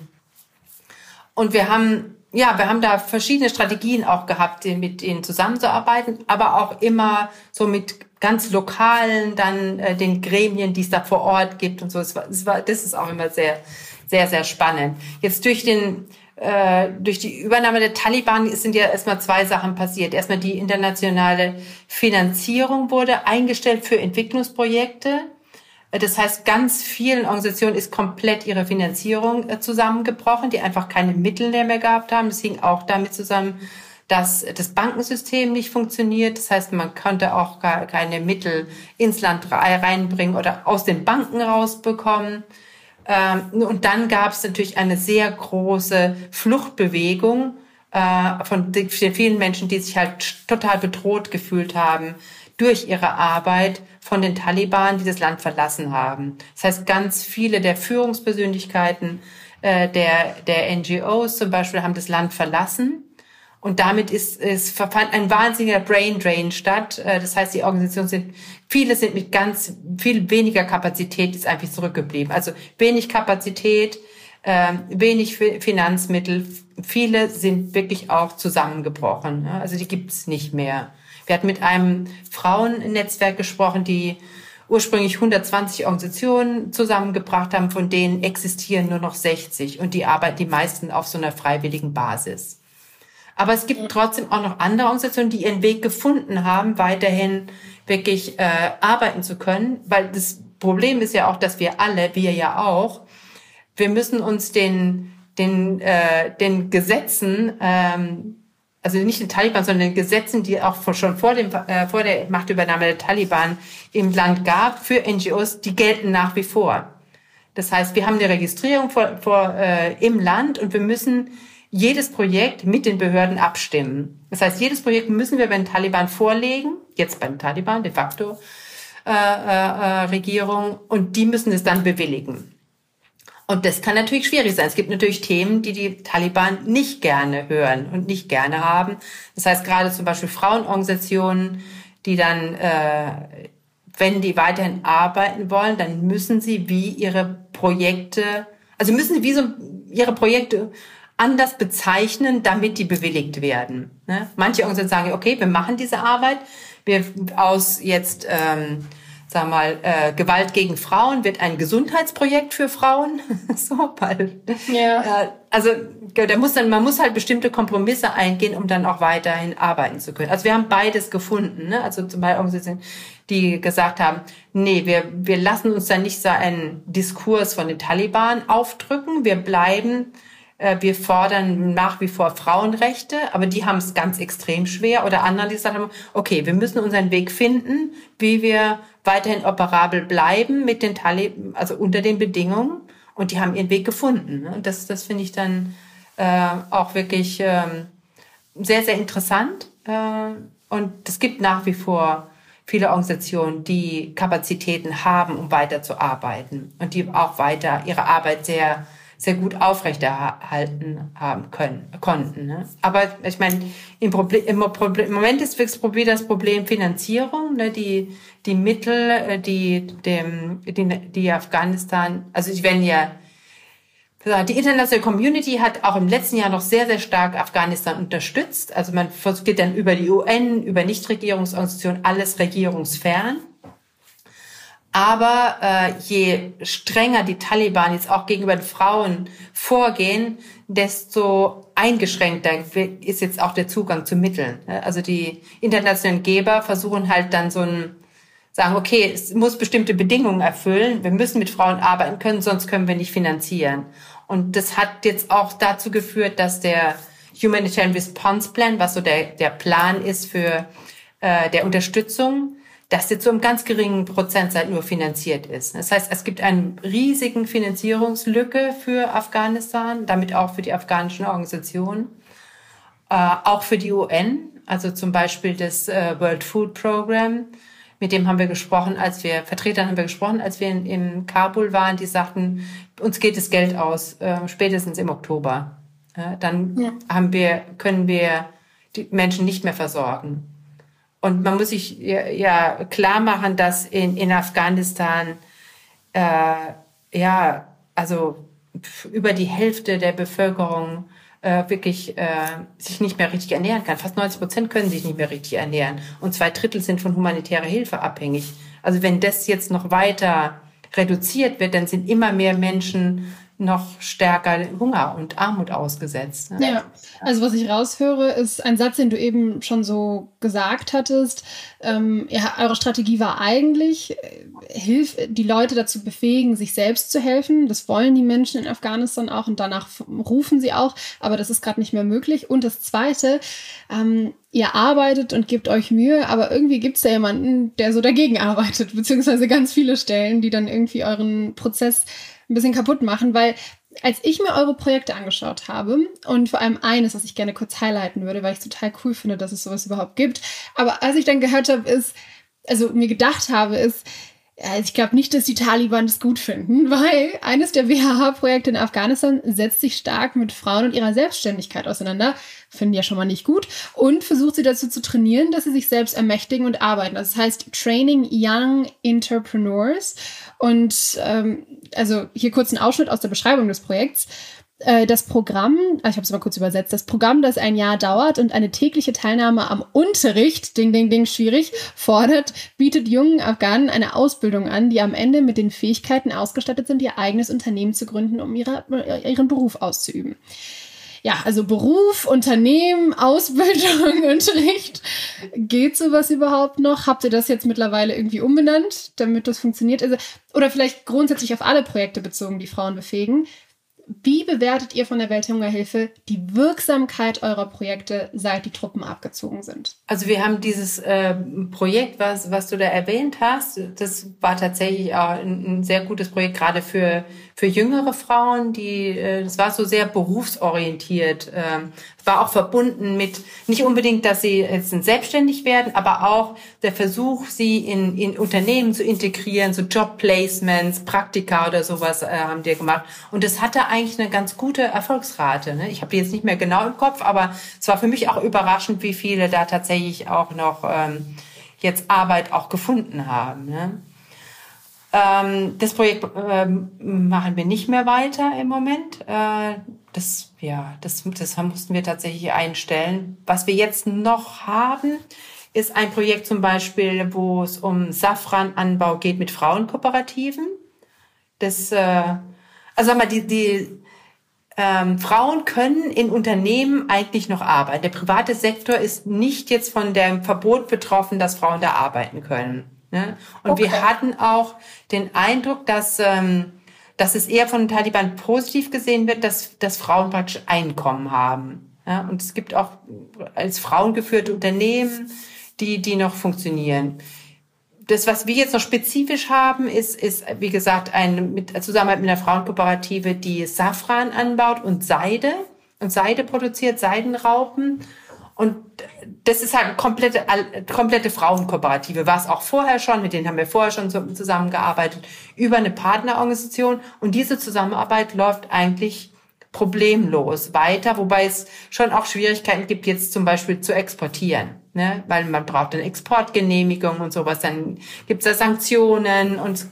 Und wir haben da verschiedene Strategien auch gehabt, mit ihnen zusammenzuarbeiten, aber auch immer so mit ganz lokalen, dann den Gremien, die es da vor Ort gibt und so. Das ist auch immer sehr, sehr, sehr spannend. Jetzt durch die Übernahme der Taliban sind ja erstmal 2 Sachen passiert. Erstmal die internationale Finanzierung wurde eingestellt für Entwicklungsprojekte. Das heißt, ganz vielen Organisationen ist komplett ihre Finanzierung zusammengebrochen, die einfach keine Mittel mehr gehabt haben. Das hing auch damit zusammen, dass das Bankensystem nicht funktioniert. Das heißt, man konnte auch keine Mittel ins Land reinbringen oder aus den Banken rausbekommen. Und dann gab es natürlich eine sehr große Fluchtbewegung von den vielen Menschen, die sich halt total bedroht gefühlt haben durch ihre Arbeit von den Taliban, die das Land verlassen haben. Das heißt, ganz viele der Führungspersönlichkeiten der NGOs zum Beispiel haben das Land verlassen. Und damit fand ein wahnsinniger Brain Drain statt. Das heißt, die Organisationen viele sind mit ganz viel weniger Kapazität ist einfach zurückgeblieben. Also wenig Kapazität, wenig Finanzmittel. Viele sind wirklich auch zusammengebrochen. Also die gibt's nicht mehr. Wir hatten mit einem Frauennetzwerk gesprochen, die ursprünglich 120 Organisationen zusammengebracht haben, von denen existieren nur noch 60 und die arbeiten die meisten auf so einer freiwilligen Basis. Aber es gibt trotzdem auch noch andere Organisationen, die ihren Weg gefunden haben, weiterhin wirklich arbeiten zu können. Weil das Problem ist ja auch, dass wir ja auch, wir müssen uns den Gesetzen, also nicht den Taliban, sondern den Gesetzen, die auch schon vor der Machtübernahme der Taliban im Land gab, für NGOs, die gelten nach wie vor. Das heißt, wir haben eine Registrierung im Land und wir müssen jedes Projekt mit den Behörden abstimmen. Das heißt, jedes Projekt müssen wir beim Taliban vorlegen, jetzt beim Taliban, de facto Regierung, und die müssen es dann bewilligen. Und das kann natürlich schwierig sein. Es gibt natürlich Themen, die die Taliban nicht gerne hören und nicht gerne haben. Das heißt, gerade zum Beispiel Frauenorganisationen, die dann, wenn die weiterhin arbeiten wollen, dann müssen sie ihre Projekte anders bezeichnen, damit die bewilligt werden. Manche Organisationen sagen, okay, wir machen diese Arbeit, Gewalt gegen Frauen wird ein Gesundheitsprojekt für Frauen. Man muss halt bestimmte Kompromisse eingehen, um dann auch weiterhin arbeiten zu können. Also wir haben beides gefunden, ne? Also zum Beispiel Organisationen, die gesagt haben, nee, wir lassen uns da nicht so einen Diskurs von den Taliban aufdrücken. Wir fordern nach wie vor Frauenrechte, aber die haben es ganz extrem schwer. Oder andere, die gesagt haben, okay, wir müssen unseren Weg finden, wie wir weiterhin operabel bleiben mit den Taliban, also unter den Bedingungen. Und die haben ihren Weg gefunden. Und das finde ich dann auch wirklich sehr, sehr interessant. Und es gibt nach wie vor viele Organisationen, die Kapazitäten haben, um weiterzuarbeiten und die auch weiter ihre Arbeit sehr, sehr gut aufrechterhalten konnten. Ne? Aber ich meine, im Moment ist das Problem Finanzierung, ne? Die Mittel, die Afghanistan, also die internationale Community hat auch im letzten Jahr noch sehr, sehr stark Afghanistan unterstützt. Also man geht dann über die UN, über Nichtregierungsorganisationen, alles regierungsfern. Aber je strenger die Taliban jetzt auch gegenüber den Frauen vorgehen, desto eingeschränkter ist jetzt auch der Zugang zu Mitteln. Also die internationalen Geber versuchen halt dann sagen, okay, es muss bestimmte Bedingungen erfüllen, wir müssen mit Frauen arbeiten können, sonst können wir nicht finanzieren. Und das hat jetzt auch dazu geführt, dass der Humanitarian Response Plan, was so der Plan ist für der Unterstützung, das jetzt so im ganz geringen Prozentsatz nur finanziert ist. Das heißt, es gibt eine riesigen Finanzierungslücke für Afghanistan, damit auch für die afghanischen Organisationen, auch für die UN, also zum Beispiel das World Food Program. Mit dem Vertretern haben wir gesprochen, als wir in Kabul waren, die sagten, uns geht das Geld aus, spätestens im Oktober. Dann können wir die Menschen nicht mehr versorgen. Und man muss sich ja klar machen, dass in Afghanistan also über die Hälfte der Bevölkerung wirklich sich nicht mehr richtig ernähren kann. Fast 90% können sich nicht mehr richtig ernähren. Und 2/3 sind von humanitärer Hilfe abhängig. Also wenn das jetzt noch weiter reduziert wird, dann sind immer mehr Menschen noch stärker Hunger und Armut ausgesetzt. Ne? Ja, also was ich raushöre, ist ein Satz, den du eben schon so gesagt hattest. Eure Strategie war eigentlich, die Leute dazu befähigen, sich selbst zu helfen. Das wollen die Menschen in Afghanistan auch und danach rufen sie auch, aber das ist gerade nicht mehr möglich. Und das Zweite, ihr arbeitet und gebt euch Mühe, aber irgendwie gibt es da jemanden, der so dagegen arbeitet, beziehungsweise ganz viele Stellen, die dann irgendwie euren Prozess ein bisschen kaputt machen, weil als ich mir eure Projekte angeschaut habe und vor allem eines, was ich gerne kurz highlighten würde, weil ich es total cool finde, dass es sowas überhaupt gibt, aber als ich dann gehört habe, mir gedacht habe, ich glaube nicht, dass die Taliban das gut finden, weil eines der WHH-Projekte in Afghanistan setzt sich stark mit Frauen und ihrer Selbstständigkeit auseinander, finden ja schon mal nicht gut, und versucht sie dazu zu trainieren, dass sie sich selbst ermächtigen und arbeiten. Das heißt Training Young Entrepreneurs. Und also hier kurz ein Ausschnitt aus der Beschreibung des Projekts. Das Programm, ich habe es mal kurz übersetzt, das Programm, das ein Jahr dauert und eine tägliche Teilnahme am Unterricht, ding, ding, ding, schwierig, fordert, bietet jungen Afghanen eine Ausbildung an, die am Ende mit den Fähigkeiten ausgestattet sind, ihr eigenes Unternehmen zu gründen, um ihren Beruf auszuüben. Ja, also Beruf, Unternehmen, Ausbildung, Unterricht. Geht sowas überhaupt noch? Habt ihr das jetzt mittlerweile irgendwie umbenannt, damit das funktioniert? Oder vielleicht grundsätzlich auf alle Projekte bezogen, die Frauen befähigen. wie bewertet ihr von der Welthungerhilfe die Wirksamkeit eurer Projekte, seit die Truppen abgezogen sind? Also wir haben dieses Projekt, was du da erwähnt hast, das war tatsächlich auch ein sehr gutes Projekt, gerade für jüngere Frauen, das war so sehr berufsorientiert, war auch verbunden mit, nicht unbedingt, dass sie jetzt selbstständig werden, aber auch der Versuch, sie in Unternehmen zu integrieren, so Jobplacements, Praktika oder sowas haben die gemacht. Und das hatte eigentlich eine ganz gute Erfolgsrate. Ne? Ich habe die jetzt nicht mehr genau im Kopf, aber es war für mich auch überraschend, wie viele da tatsächlich auch noch jetzt Arbeit auch gefunden haben. Ne? Das Projekt machen wir nicht mehr weiter im Moment. Das mussten wir tatsächlich einstellen. Was wir jetzt noch haben, ist ein Projekt zum Beispiel, wo es um Safrananbau geht mit Frauenkooperativen. Frauen können in Unternehmen eigentlich noch arbeiten. Der private Sektor ist nicht jetzt von dem Verbot betroffen, dass Frauen da arbeiten können. Ne? Und wir hatten auch den Eindruck, dass es eher von den Taliban positiv gesehen wird, dass Frauen praktisch Einkommen haben. Ja? Und es gibt auch als Frauen geführte Unternehmen, die noch funktionieren. Das, was wir jetzt noch spezifisch haben, ist wie gesagt, Zusammenarbeit mit einer Frauenkooperative, die Safran anbaut und Seide produziert, Seidenraupen. Und das ist halt eine komplette Frauenkooperative, war es auch vorher schon, mit denen haben wir vorher schon zusammengearbeitet, über eine Partnerorganisation. Und diese Zusammenarbeit läuft eigentlich problemlos weiter, wobei es schon auch Schwierigkeiten gibt, jetzt zum Beispiel zu exportieren. Ne? Weil man braucht eine Exportgenehmigung und sowas, dann gibt es da Sanktionen und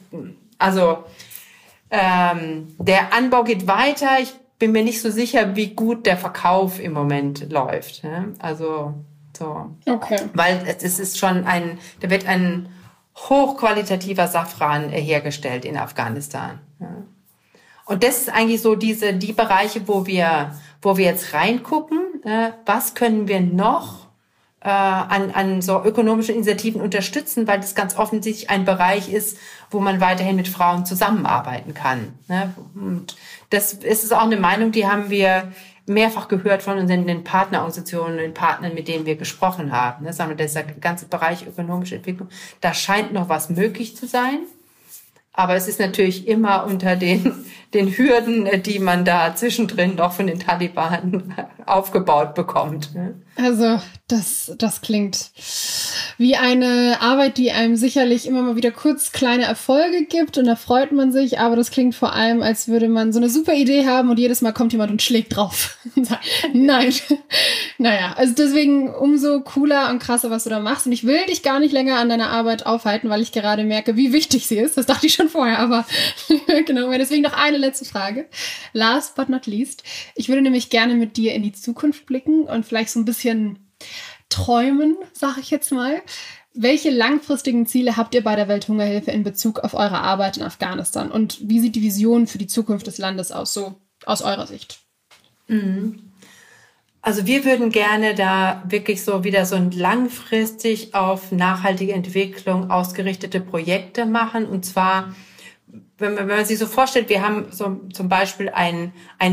der Anbau geht weiter. Ich bin mir nicht so sicher, wie gut der Verkauf im Moment läuft. Ne? Also so. Okay. Weil es ist schon da wird ein hochqualitativer Safran hergestellt in Afghanistan. Ja. Und das ist eigentlich so die Bereiche, wo wir jetzt reingucken, was können wir noch an so ökonomischen Initiativen unterstützen, weil das ganz offensichtlich ein Bereich ist, wo man weiterhin mit Frauen zusammenarbeiten kann. Ne? Und das ist auch eine Meinung, die haben wir mehrfach gehört von unseren Partnerorganisationen, den Partnern, mit denen wir gesprochen haben. Ne? Sagen wir, dieser ganze Bereich ökonomische Entwicklung, da scheint noch was möglich zu sein. Aber es ist natürlich immer unter den Hürden, die man da zwischendrin noch von den Taliban aufgebaut bekommt. Also das klingt wie eine Arbeit, die einem sicherlich immer mal wieder kurz kleine Erfolge gibt und da freut man sich, aber das klingt vor allem, als würde man so eine super Idee haben und jedes Mal kommt jemand und schlägt drauf. Nein. Naja, also deswegen umso cooler und krasser, was du da machst. Und ich will dich gar nicht länger an deiner Arbeit aufhalten, weil ich gerade merke, wie wichtig sie ist. Das dachte ich schon vorher, aber genau. Deswegen noch eine letzte Frage. Last but not least. Ich würde nämlich gerne mit dir in die Zukunft blicken und vielleicht so ein bisschen träumen, sage ich jetzt mal. Welche langfristigen Ziele habt ihr bei der Welthungerhilfe in Bezug auf eure Arbeit in Afghanistan? Und wie sieht die Vision für die Zukunft des Landes aus, so aus eurer Sicht? Also wir würden gerne da wirklich so wieder so ein langfristig auf nachhaltige Entwicklung ausgerichtete Projekte machen. Und zwar, wenn man sich so vorstellt, wir haben so zum Beispiel ein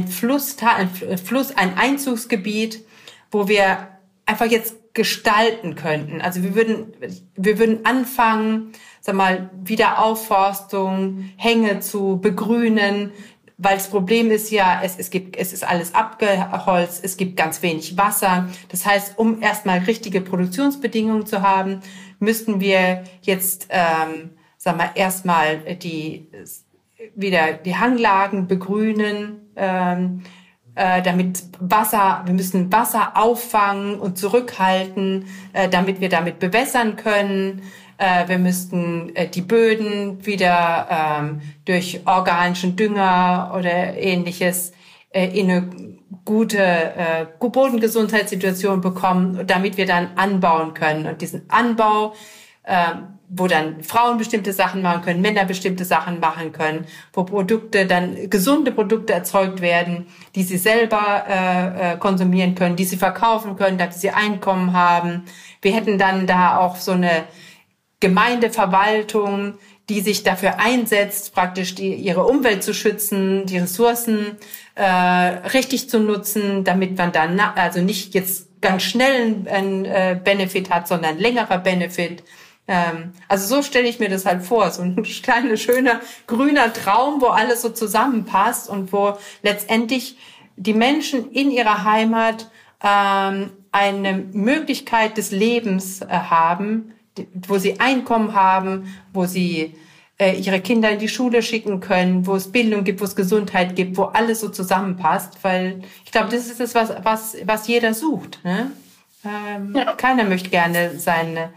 Einzugsgebiet, wo wir einfach jetzt gestalten könnten. Also wir würden anfangen, Wiederaufforstung, Hänge zu begrünen, weil das Problem ist ja, es ist alles abgeholzt, es gibt ganz wenig Wasser. Das heißt, um erstmal richtige Produktionsbedingungen zu haben, müssten wir jetzt, erstmal wieder die Hanglagen begrünen, damit wir müssen Wasser auffangen und zurückhalten, damit wir damit bewässern können. Wir müssten die Böden wieder durch organischen Dünger oder Ähnliches in eine gute Bodengesundheitssituation bekommen, damit wir dann anbauen können. Und diesen Anbau, wo dann Frauen bestimmte Sachen machen können, Männer bestimmte Sachen machen können, wo gesunde Produkte erzeugt werden, die sie selber konsumieren können, die sie verkaufen können, damit sie Einkommen haben. Wir hätten dann da auch so eine Gemeindeverwaltung, die sich dafür einsetzt, praktisch ihre Umwelt zu schützen, die Ressourcen richtig zu nutzen, damit man dann also nicht jetzt ganz schnell einen Benefit hat, sondern längerer Benefit. Also so stelle ich mir das halt vor, so ein kleiner, schöner, grüner Traum, wo alles so zusammenpasst und wo letztendlich die Menschen in ihrer Heimat eine Möglichkeit des Lebens haben, wo sie Einkommen haben, wo sie ihre Kinder in die Schule schicken können, wo es Bildung gibt, wo es Gesundheit gibt, wo alles so zusammenpasst, weil ich glaube, das ist das, was jeder sucht. Ne? Keiner möchte gerne seine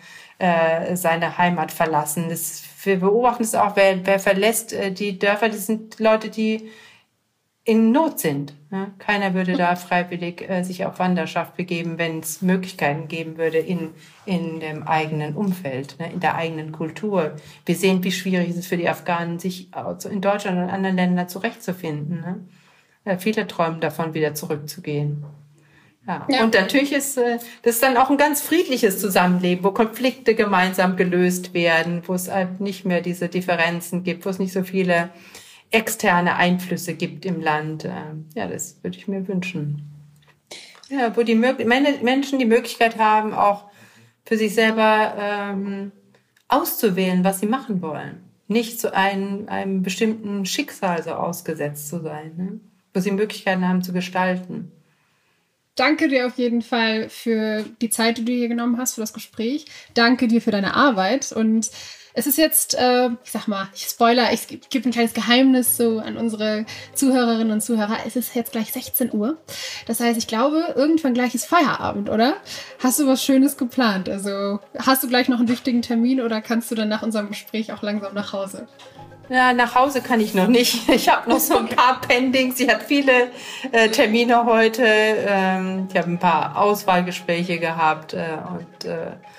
Heimat verlassen. Wir beobachten es auch, wer verlässt die Dörfer, das sind Leute, die in Not sind. Ne? Keiner würde da freiwillig sich auf Wanderschaft begeben, wenn es Möglichkeiten geben würde in dem eigenen Umfeld, ne? In der eigenen Kultur. Wir sehen, wie schwierig es ist für die Afghanen, sich in Deutschland und anderen Ländern zurechtzufinden. Ne? Viele träumen davon, wieder zurückzugehen. Ja. Und natürlich ist das dann auch ein ganz friedliches Zusammenleben, wo Konflikte gemeinsam gelöst werden, wo es halt nicht mehr diese Differenzen gibt, wo es nicht so viele externe Einflüsse gibt im Land. Ja, das würde ich mir wünschen. Ja, wo die Menschen die Möglichkeit haben, auch für sich selber auszuwählen, was sie machen wollen. Nicht zu einem bestimmten Schicksal so ausgesetzt zu sein, ne? Wo sie Möglichkeiten haben zu gestalten. Danke dir auf jeden Fall für die Zeit, die du hier genommen hast, für das Gespräch. Danke dir für deine Arbeit. Und es ist jetzt, ich spoiler, ich gebe ein kleines Geheimnis so an unsere Zuhörerinnen und Zuhörer. Es ist jetzt gleich 16 Uhr. Das heißt, ich glaube, irgendwann gleich ist Feierabend, oder? Hast du was Schönes geplant? Also hast du gleich noch einen wichtigen Termin oder kannst du dann nach unserem Gespräch auch langsam nach Hause? Ja, nach Hause kann ich noch nicht. Ich habe noch so ein paar Pendings. Ich hatte viele Termine heute. Ich habe ein paar Auswahlgespräche gehabt und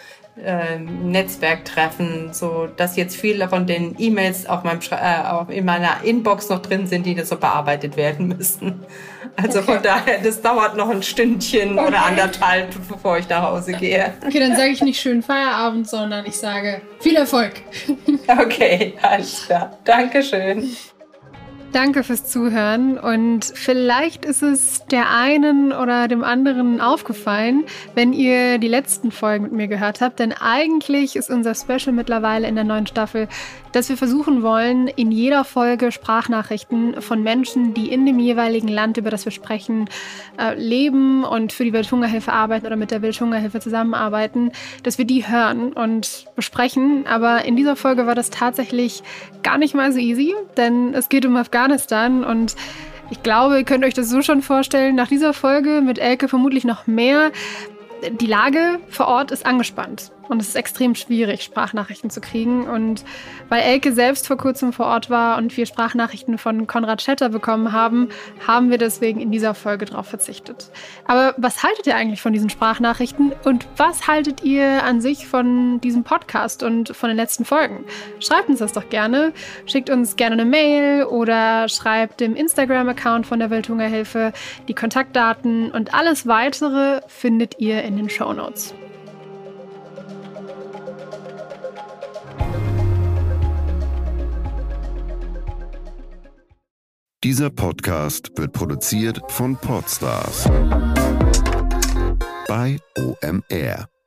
Netzwerktreffen, so dass jetzt viele von den E-Mails auf in meiner Inbox noch drin sind, die das so bearbeitet werden müssen. Also von daher, das dauert noch ein Stündchen oder anderthalb, bevor ich nach Hause gehe. Okay, dann sage ich nicht schönen Feierabend, sondern ich sage viel Erfolg. Okay, alles klar. Dankeschön. Danke fürs Zuhören und vielleicht ist es der einen oder dem anderen aufgefallen, wenn ihr die letzten Folgen mit mir gehört habt, denn eigentlich ist unser Special mittlerweile in der neuen Staffel, dass wir versuchen wollen, in jeder Folge Sprachnachrichten von Menschen, die in dem jeweiligen Land, über das wir sprechen, leben und für die Welthungerhilfe arbeiten oder mit der Welthungerhilfe zusammenarbeiten, dass wir die hören und besprechen. Aber in dieser Folge war das tatsächlich gar nicht mal so easy, denn es geht um Afghanistan und ich glaube, ihr könnt euch das so schon vorstellen, nach dieser Folge mit Elke vermutlich noch mehr. Die Lage vor Ort ist angespannt und es ist extrem schwierig, Sprachnachrichten zu kriegen. Und weil Elke selbst vor kurzem vor Ort war und wir Sprachnachrichten von Konrad Schetter bekommen haben, haben wir deswegen in dieser Folge darauf verzichtet. Aber was haltet ihr eigentlich von diesen Sprachnachrichten und was haltet ihr an sich von diesem Podcast und von den letzten Folgen? Schreibt uns das doch gerne. Schickt uns gerne eine Mail oder schreibt dem Instagram-Account von der Welthungerhilfe die Kontaktdaten und alles Weitere findet ihr in den Shownotes. Dieser Podcast wird produziert von Podstars bei OMR.